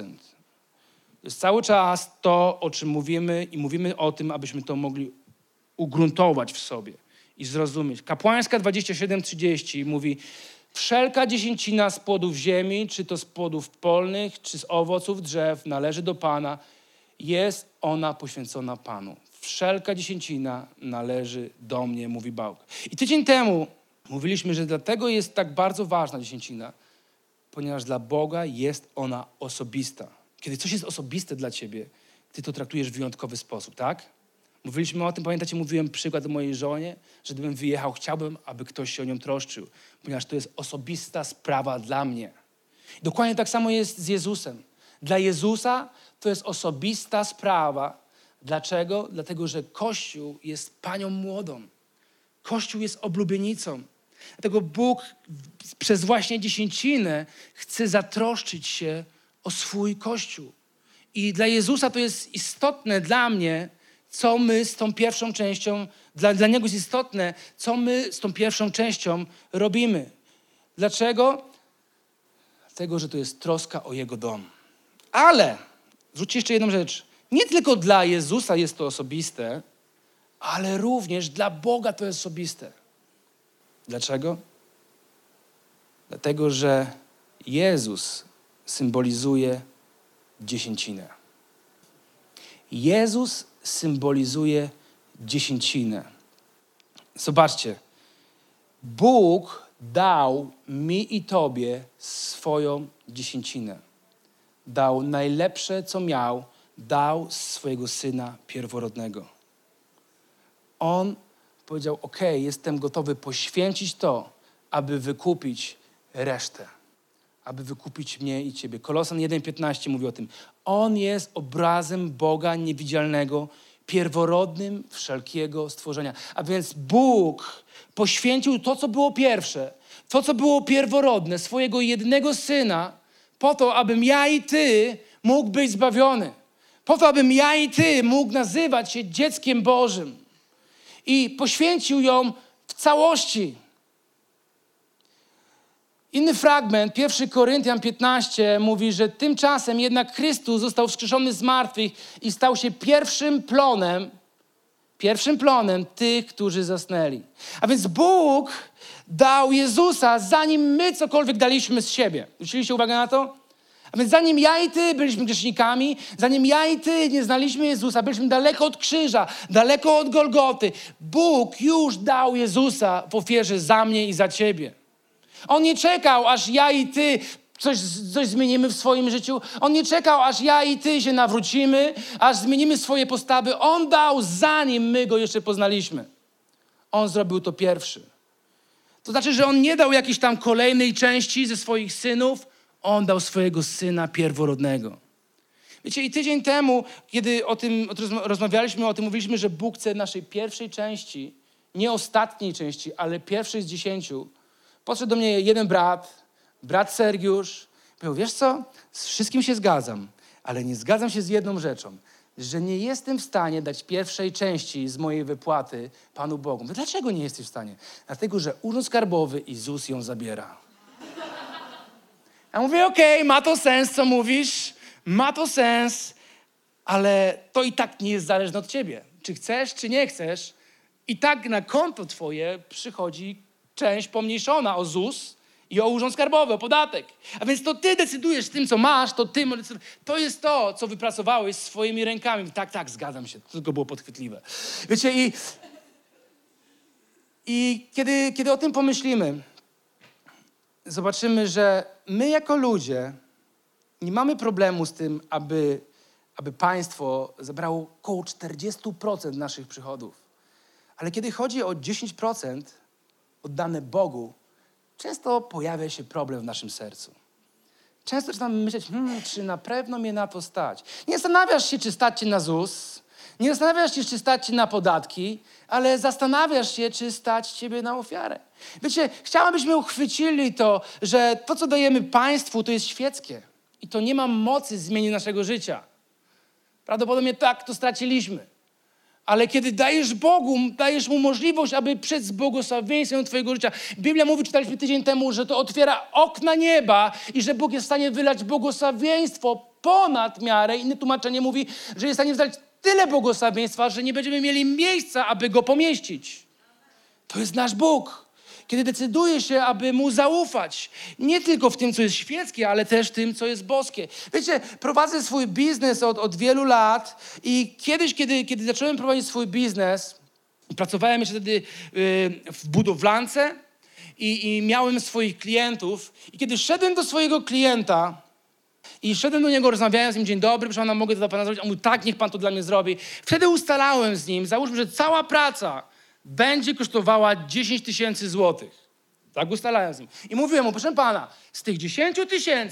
Speaker 2: To jest cały czas to, o czym mówimy i mówimy o tym, abyśmy to mogli ugruntować w sobie i zrozumieć. Kapłańska 27:30 mówi, wszelka dziesięcina z płodów ziemi, czy to z płodów polnych, czy z owoców drzew, należy do Pana. Jest ona poświęcona Panu. Wszelka dziesięcina należy do mnie, mówi Bóg. I tydzień temu mówiliśmy, że dlatego jest tak bardzo ważna dziesięcina, ponieważ dla Boga jest ona osobista. Kiedy coś jest osobiste dla ciebie, ty to traktujesz w wyjątkowy sposób, tak? Mówiliśmy o tym, pamiętacie, mówiłem przykład o mojej żonie, że gdybym wyjechał, chciałbym, aby ktoś się o nią troszczył, ponieważ to jest osobista sprawa dla mnie. I dokładnie tak samo jest z Jezusem. Dla Jezusa to jest osobista sprawa. Dlaczego? Dlatego, że Kościół jest panią młodą. Kościół jest oblubienicą. Dlatego Bóg przez właśnie dziesięcinę chce zatroszczyć się o swój Kościół. I dla Jezusa to jest istotne dla mnie, co my z tą pierwszą częścią, dla Niego jest istotne, co my z tą pierwszą częścią robimy. Dlaczego? Dlatego, że to jest troska o Jego dom. Ale, zwróćcie jeszcze jedną rzecz, nie tylko dla Jezusa jest to osobiste, ale również dla Boga to jest osobiste. Dlaczego? Dlatego, że Jezus symbolizuje dziesięcinę. Jezus symbolizuje dziesięcinę. Zobaczcie, Bóg dał mi i tobie swoją dziesięcinę. Dał najlepsze, co miał, dał swojego Syna pierworodnego. On powiedział, jestem gotowy poświęcić to, aby wykupić resztę. Aby wykupić mnie i ciebie. Kolosan 1,15 mówi o tym. On jest obrazem Boga niewidzialnego, pierworodnym wszelkiego stworzenia. A więc Bóg poświęcił to, co było pierwsze, to, co było pierworodne, swojego jedynego Syna, po to, abym ja i ty mógł być zbawiony. Po to, abym ja i ty mógł nazywać się dzieckiem Bożym. i poświęcił ją w całości. Inny fragment, 1 Koryntian 15 mówi, że tymczasem jednak Chrystus został wskrzeszony z martwych i stał się pierwszym plonem tych, którzy zasnęli. A więc Bóg dał Jezusa, zanim my cokolwiek daliśmy z siebie. Zwróciliście uwagę na to? A więc zanim ja i ty byliśmy grzesznikami, zanim ja i ty nie znaliśmy Jezusa, byliśmy daleko od krzyża, daleko od Golgoty, Bóg już dał Jezusa w ofierze za mnie i za ciebie. On nie czekał, aż ja i ty coś zmienimy w swoim życiu. On nie czekał, aż ja i ty się nawrócimy, aż zmienimy swoje postawy. On dał, zanim my Go jeszcze poznaliśmy. On zrobił to pierwszy. To znaczy, że On nie dał jakiejś tam kolejnej części ze swoich synów. On dał swojego Syna pierworodnego. Wiecie, i tydzień temu, kiedy o tym rozmawialiśmy, mówiliśmy, że Bóg chce naszej pierwszej części, nie ostatniej części, ale pierwszej z 10. Podszedł do mnie jeden brat Sergiusz. Powiedział, wiesz co, z wszystkim się zgadzam, ale nie zgadzam się z jedną rzeczą, że nie jestem w stanie dać pierwszej części z mojej wypłaty Panu Bogu. Mówię, dlaczego nie jesteś w stanie? Dlatego, że Urząd Skarbowy i ZUS ją zabiera. Ja mówię, okej, ma to sens, co mówisz, ma to sens, ale to i tak nie jest zależne od ciebie. Czy chcesz, czy nie chcesz, i tak na konto twoje przychodzi część pomniejszona o ZUS i o Urząd Skarbowy, o podatek. A więc to ty decydujesz tym, co masz, to jest to, co wypracowałeś swoimi rękami. Tak, zgadzam się. To tylko było podchwytliwe. Wiecie, i kiedy o tym pomyślimy, zobaczymy, że my jako ludzie nie mamy problemu z tym, aby państwo zabrało około 40% naszych przychodów. Ale kiedy chodzi o 10% oddane Bogu, często pojawia się problem w naszym sercu. Często zaczynamy myśleć, czy na pewno mnie na to stać? Nie zastanawiasz się, czy stać cię na ZUS, nie zastanawiasz się, czy stać cię na podatki, ale zastanawiasz się, czy stać ciebie na ofiarę. Wiecie, chciałbym, abyśmy uchwycili to, że to, co dajemy państwu, to jest świeckie. I to nie ma mocy zmienić naszego życia. Prawdopodobnie tak to straciliśmy. Ale kiedy dajesz Bogu, dajesz Mu możliwość, aby przed błogosławieństwem twojego życia. Biblia mówi, czytaliśmy tydzień temu, że to otwiera okna nieba i że Bóg jest w stanie wylać błogosławieństwo ponad miarę. Inne tłumaczenie mówi, że jest w stanie wylać tyle błogosławieństwa, że nie będziemy mieli miejsca, aby Go pomieścić. To jest nasz Bóg. Kiedy decyduje się, aby Mu zaufać. Nie tylko w tym, co jest świeckie, ale też w tym, co jest boskie. Wiecie, prowadzę swój biznes od wielu lat i kiedyś, kiedy zacząłem prowadzić swój biznes, pracowałem jeszcze wtedy w budowlance i miałem swoich klientów. I kiedy szedłem do swojego klienta i szedłem do niego, rozmawiałem z nim, dzień dobry, proszę pana, mogę to dla pana zrobić? On mówi, tak, niech pan to dla mnie zrobi. Wtedy ustalałem z nim, załóżmy, że cała praca będzie kosztowała 10 000 złotych. Tak ustalałem z nim. I mówiłem mu, proszę pana, z tych 10 000,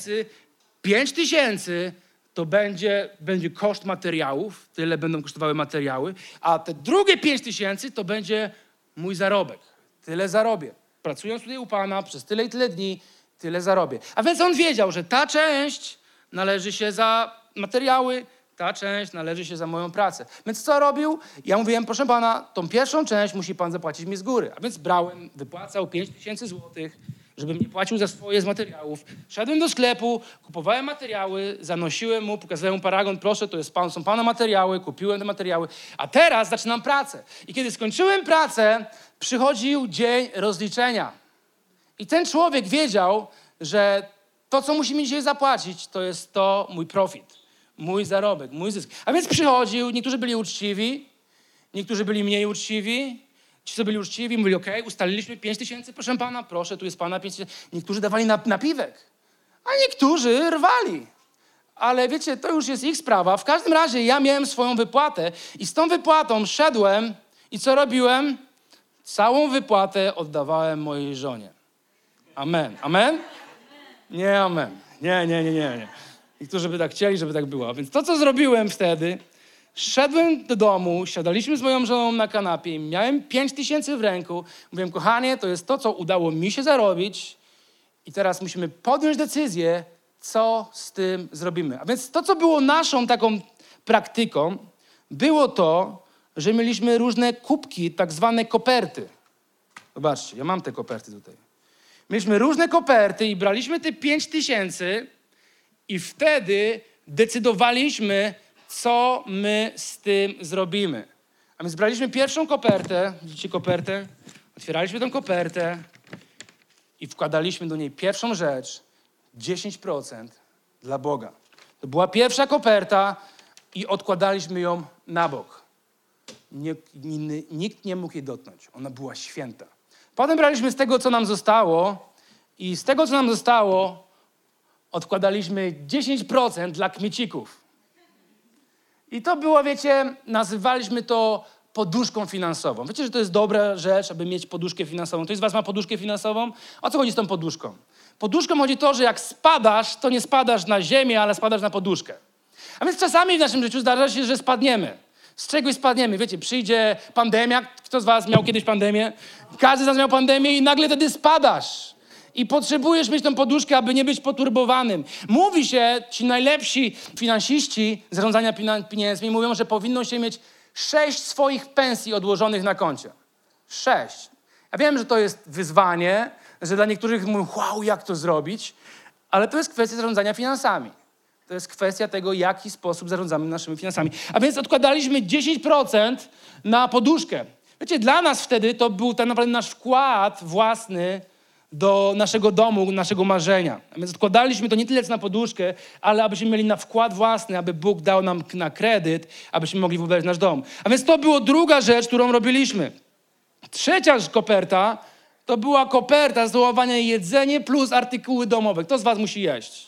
Speaker 2: 5 000 to będzie koszt materiałów, tyle będą kosztowały materiały, a te drugie 5 000 to będzie mój zarobek. Tyle zarobię. Pracując tutaj u pana przez tyle i tyle dni, tyle zarobię. A więc on wiedział, że ta część należy się za materiały, ta część należy się za moją pracę. Więc co robił? Ja mówiłem, proszę pana, tą pierwszą część musi pan zapłacić mi z góry. A więc brałem, wypłacał 5 000 złotych, żebym nie płacił za swoje z materiałów. Szedłem do sklepu, kupowałem materiały, zanosiłem mu, pokazałem mu paragon, proszę, są pana materiały, kupiłem te materiały, a teraz zaczynam pracę. I kiedy skończyłem pracę, przychodził dzień rozliczenia. I ten człowiek wiedział, że to, co musi mi dzisiaj zapłacić, to jest to mój profit. Mój zarobek, mój zysk. A więc przychodził, niektórzy byli uczciwi, niektórzy byli mniej uczciwi. Ci, co byli uczciwi, mówili, okej, ustaliliśmy 5 000, proszę pana, proszę, tu jest pana 5 000. Niektórzy dawali napiwek, a niektórzy rwali. Ale wiecie, to już jest ich sprawa. W każdym razie ja miałem swoją wypłatę i z tą wypłatą szedłem i co robiłem? Całą wypłatę oddawałem mojej żonie. Amen. Amen? Nie amen. Nie. Niektórzy by tak chcieli, żeby tak było. A więc to, co zrobiłem wtedy, szedłem do domu, siadaliśmy z moją żoną na kanapie, miałem 5 000 w ręku. Mówiłem, kochanie, to jest to, co udało mi się zarobić i teraz musimy podjąć decyzję, co z tym zrobimy. A więc to, co było naszą taką praktyką, było to, że mieliśmy różne kubki, tak zwane koperty. Zobaczcie, ja mam te koperty tutaj. Mieliśmy różne koperty i braliśmy te 5000 i wtedy decydowaliśmy, co my z tym zrobimy. A więc braliśmy pierwszą kopertę, widzicie kopertę? Otwieraliśmy tę kopertę i wkładaliśmy do niej pierwszą rzecz, 10% dla Boga. To była pierwsza koperta i odkładaliśmy ją na bok. Nikt nie mógł jej dotknąć. Ona była święta. Potem braliśmy z tego, co nam zostało i z tego, co nam zostało, odkładaliśmy 10% dla kmiecików. I to było, wiecie, nazywaliśmy to poduszką finansową. Wiecie, że to jest dobra rzecz, aby mieć poduszkę finansową. Ktoś z was ma poduszkę finansową? O co chodzi z tą poduszką? Poduszką chodzi to, że jak spadasz, to nie spadasz na ziemię, ale spadasz na poduszkę. A więc czasami w naszym życiu zdarza się, że spadniemy. Z czegoś spadniemy. Wiecie, przyjdzie pandemia. Kto z was miał kiedyś pandemię? Każdy z nas miał pandemię i nagle wtedy spadasz. I potrzebujesz mieć tą poduszkę, aby nie być poturbowanym. Mówi się, ci najlepsi finansiści zarządzania pieniędzmi mówią, że powinno się mieć 6 swoich pensji odłożonych na koncie. 6. Ja wiem, że to jest wyzwanie, że dla niektórych mówią, wow, jak to zrobić? Ale to jest kwestia zarządzania finansami. To jest kwestia tego, w jaki sposób zarządzamy naszymi finansami. A więc odkładaliśmy 10% na poduszkę. Wiecie, dla nas wtedy to był tak naprawdę nasz wkład własny do naszego domu, naszego marzenia. A więc odkładaliśmy to nie tyle co na poduszkę, ale abyśmy mieli na wkład własny, aby Bóg dał nam na kredyt, abyśmy mogli wybrać nasz dom. A więc to była druga rzecz, którą robiliśmy. Trzecia koperta to była koperta zdołowania jedzenie plus artykuły domowe. Kto z was musi jeść?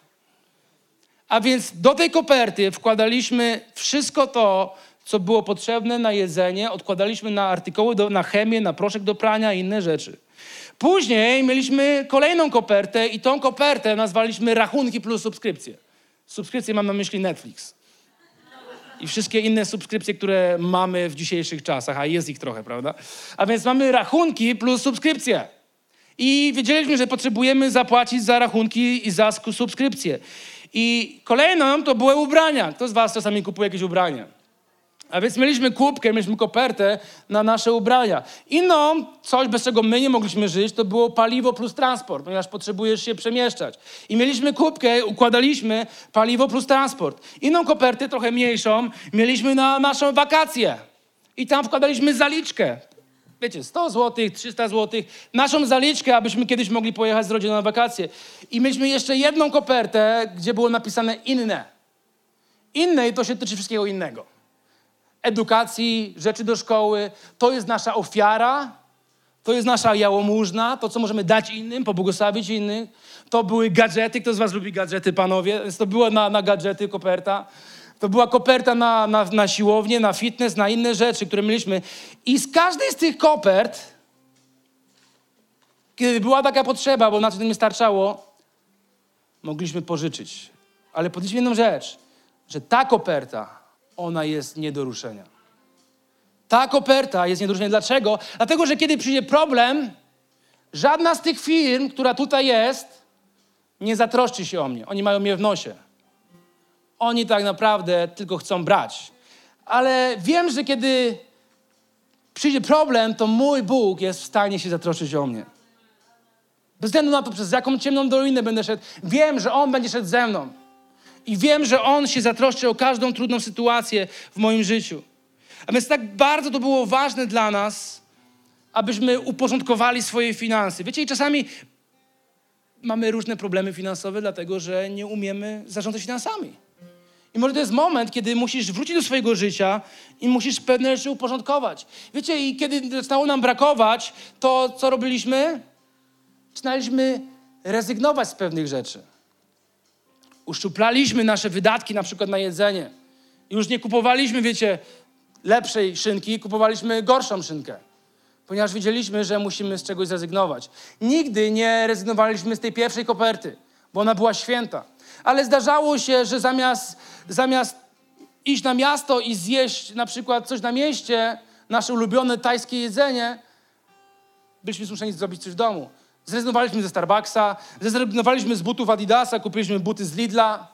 Speaker 2: A więc do tej koperty wkładaliśmy wszystko to, co było potrzebne na jedzenie, odkładaliśmy na artykuły, na chemię, na proszek do prania i inne rzeczy. Później mieliśmy kolejną kopertę i tą kopertę nazwaliśmy rachunki plus subskrypcje. Subskrypcje mam na myśli Netflix. I wszystkie inne subskrypcje, które mamy w dzisiejszych czasach, a jest ich trochę, prawda? A więc mamy rachunki plus subskrypcje. I wiedzieliśmy, że potrzebujemy zapłacić za rachunki i za subskrypcje. I kolejną to były ubrania. Kto z was czasami kupuje jakieś ubrania? A więc mieliśmy kubkę, mieliśmy kopertę na nasze ubrania. Inną, coś bez czego my nie mogliśmy żyć, to było paliwo plus transport, ponieważ potrzebujesz się przemieszczać. I mieliśmy kubkę, układaliśmy paliwo plus transport. Inną kopertę, trochę mniejszą, mieliśmy na nasze wakacje. I tam wkładaliśmy zaliczkę. Wiecie, 100 zł, 300 zł. Naszą zaliczkę, abyśmy kiedyś mogli pojechać z rodziną na wakacje. I mieliśmy jeszcze jedną kopertę, gdzie było napisane inne. Inne i to się tyczy wszystkiego innego. Edukacji, rzeczy do szkoły, to jest nasza ofiara, to jest nasza jałmużna, to, co możemy dać innym, pobłogosławić innych. To były gadżety, kto z was lubi gadżety, panowie? Więc to była na gadżety koperta. To była koperta na siłownię, na fitness, na inne rzeczy, które mieliśmy. I z każdej z tych kopert, kiedy była taka potrzeba, bo na co to nie starczało, mogliśmy pożyczyć. Ale podjęliśmy jedną rzecz, że ta koperta, ona jest nie do ruszenia. Ta koperta jest nie do ruszenia. Dlaczego? Dlatego, że kiedy przyjdzie problem, żadna z tych firm, która tutaj jest, nie zatroszczy się o mnie. Oni mają mnie w nosie. Oni tak naprawdę tylko chcą brać. Ale wiem, że kiedy przyjdzie problem, to mój Bóg jest w stanie się zatroszczyć o mnie. Bez względu na to, przez jaką ciemną dolinę będę szedł, wiem, że On będzie szedł ze mną. I wiem, że On się zatroszczy o każdą trudną sytuację w moim życiu. A więc tak bardzo to było ważne dla nas, abyśmy uporządkowali swoje finanse. Wiecie, i czasami mamy różne problemy finansowe, dlatego że nie umiemy zarządzać finansami. I może to jest moment, kiedy musisz wrócić do swojego życia i musisz pewne rzeczy uporządkować. Wiecie, i kiedy zaczęło nam brakować, to co robiliśmy? Zaczynaliśmy rezygnować z pewnych rzeczy. Uszczuplaliśmy nasze wydatki, na przykład na jedzenie. Już nie kupowaliśmy, wiecie, lepszej szynki, kupowaliśmy gorszą szynkę. Ponieważ wiedzieliśmy, że musimy z czegoś zrezygnować. Nigdy nie rezygnowaliśmy z tej pierwszej koperty, bo ona była święta. Ale zdarzało się, że zamiast iść na miasto i zjeść na przykład coś na mieście, nasze ulubione tajskie jedzenie, byliśmy zmuszeni zrobić coś w domu. Zrezygnowaliśmy ze Starbucksa, zrezygnowaliśmy z butów Adidasa, kupiliśmy buty z Lidla.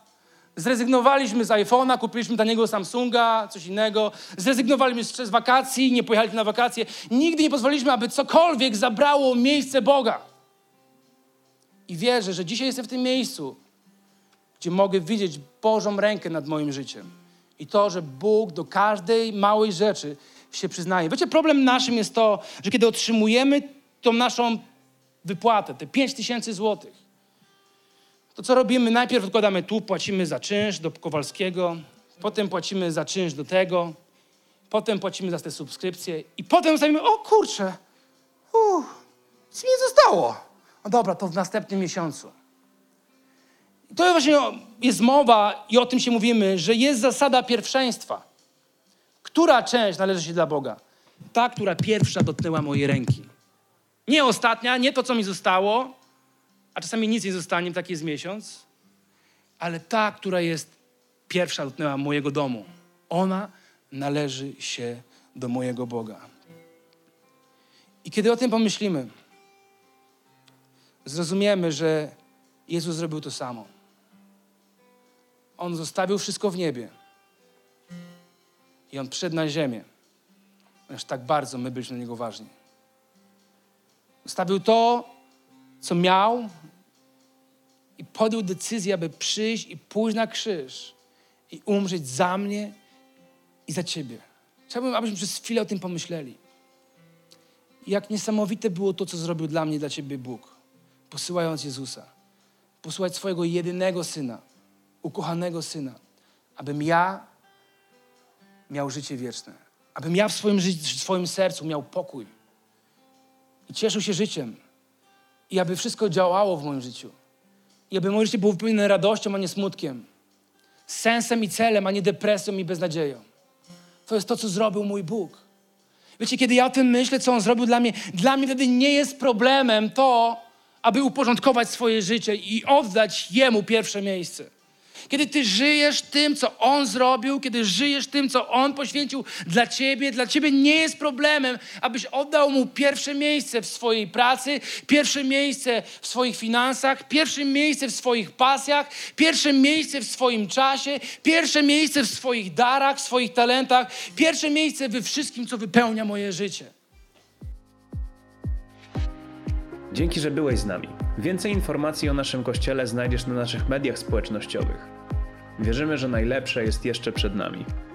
Speaker 2: Zrezygnowaliśmy z iPhone'a, kupiliśmy taniego Samsunga, coś innego. Zrezygnowaliśmy z wakacji, nie pojechaliśmy na wakacje. Nigdy nie pozwoliliśmy, aby cokolwiek zabrało miejsce Boga. I wierzę, że dzisiaj jestem w tym miejscu, gdzie mogę widzieć Bożą rękę nad moim życiem. I to, że Bóg do każdej małej rzeczy się przyznaje. Wiecie, problem naszym jest to, że kiedy otrzymujemy tą naszą wypłatę, te 5000 złotych, to co robimy? Najpierw odkładamy tu, płacimy za czynsz do Kowalskiego, potem płacimy za czynsz do tego, potem płacimy za te subskrypcje i potem mówimy, o kurczę, nic mi nie zostało. No dobra, to w następnym miesiącu. I to właśnie jest mowa i o tym się mówimy, że jest zasada pierwszeństwa. Która część należy się dla Boga? Ta, która pierwsza dotknęła mojej ręki. Nie ostatnia, nie to, co mi zostało, a czasami nic nie zostanie, taki jest miesiąc, ale ta, która jest pierwsza dotknęła mojego domu. Ona należy się do mojego Boga. I kiedy o tym pomyślimy, zrozumiemy, że Jezus zrobił to samo. On zostawił wszystko w niebie i On przyszedł na ziemię, ponieważ tak bardzo my byliśmy dla Niego ważni. Zostawił to, co miał i podjął decyzję, aby przyjść i pójść na krzyż i umrzeć za mnie i za ciebie. Chciałbym, abyśmy przez chwilę o tym pomyśleli. Jak niesamowite było to, co zrobił dla mnie i dla ciebie Bóg, posyłając Jezusa. Posłać swojego jedynego Syna, ukochanego Syna, abym ja miał życie wieczne. Abym ja w swoim sercu miał pokój i cieszył się życiem. I aby wszystko działało w moim życiu. I aby moje życie było wypełnione radością, a nie smutkiem. Sensem i celem, a nie depresją i beznadzieją. To jest to, co zrobił mój Bóg. Wiecie, kiedy ja o tym myślę, co On zrobił dla mnie wtedy nie jest problemem to, aby uporządkować swoje życie i oddać Jemu pierwsze miejsce. Kiedy ty żyjesz tym, co On zrobił, kiedy żyjesz tym, co On poświęcił dla ciebie nie jest problemem, abyś oddał Mu pierwsze miejsce w swojej pracy, pierwsze miejsce w swoich finansach, pierwsze miejsce w swoich pasjach, pierwsze miejsce w swoim czasie, pierwsze miejsce w swoich darach, w swoich talentach, pierwsze miejsce we wszystkim, co wypełnia moje życie.
Speaker 1: Dzięki, że byłeś z nami. Więcej informacji o naszym Kościele znajdziesz na naszych mediach społecznościowych. Wierzymy, że najlepsze jest jeszcze przed nami.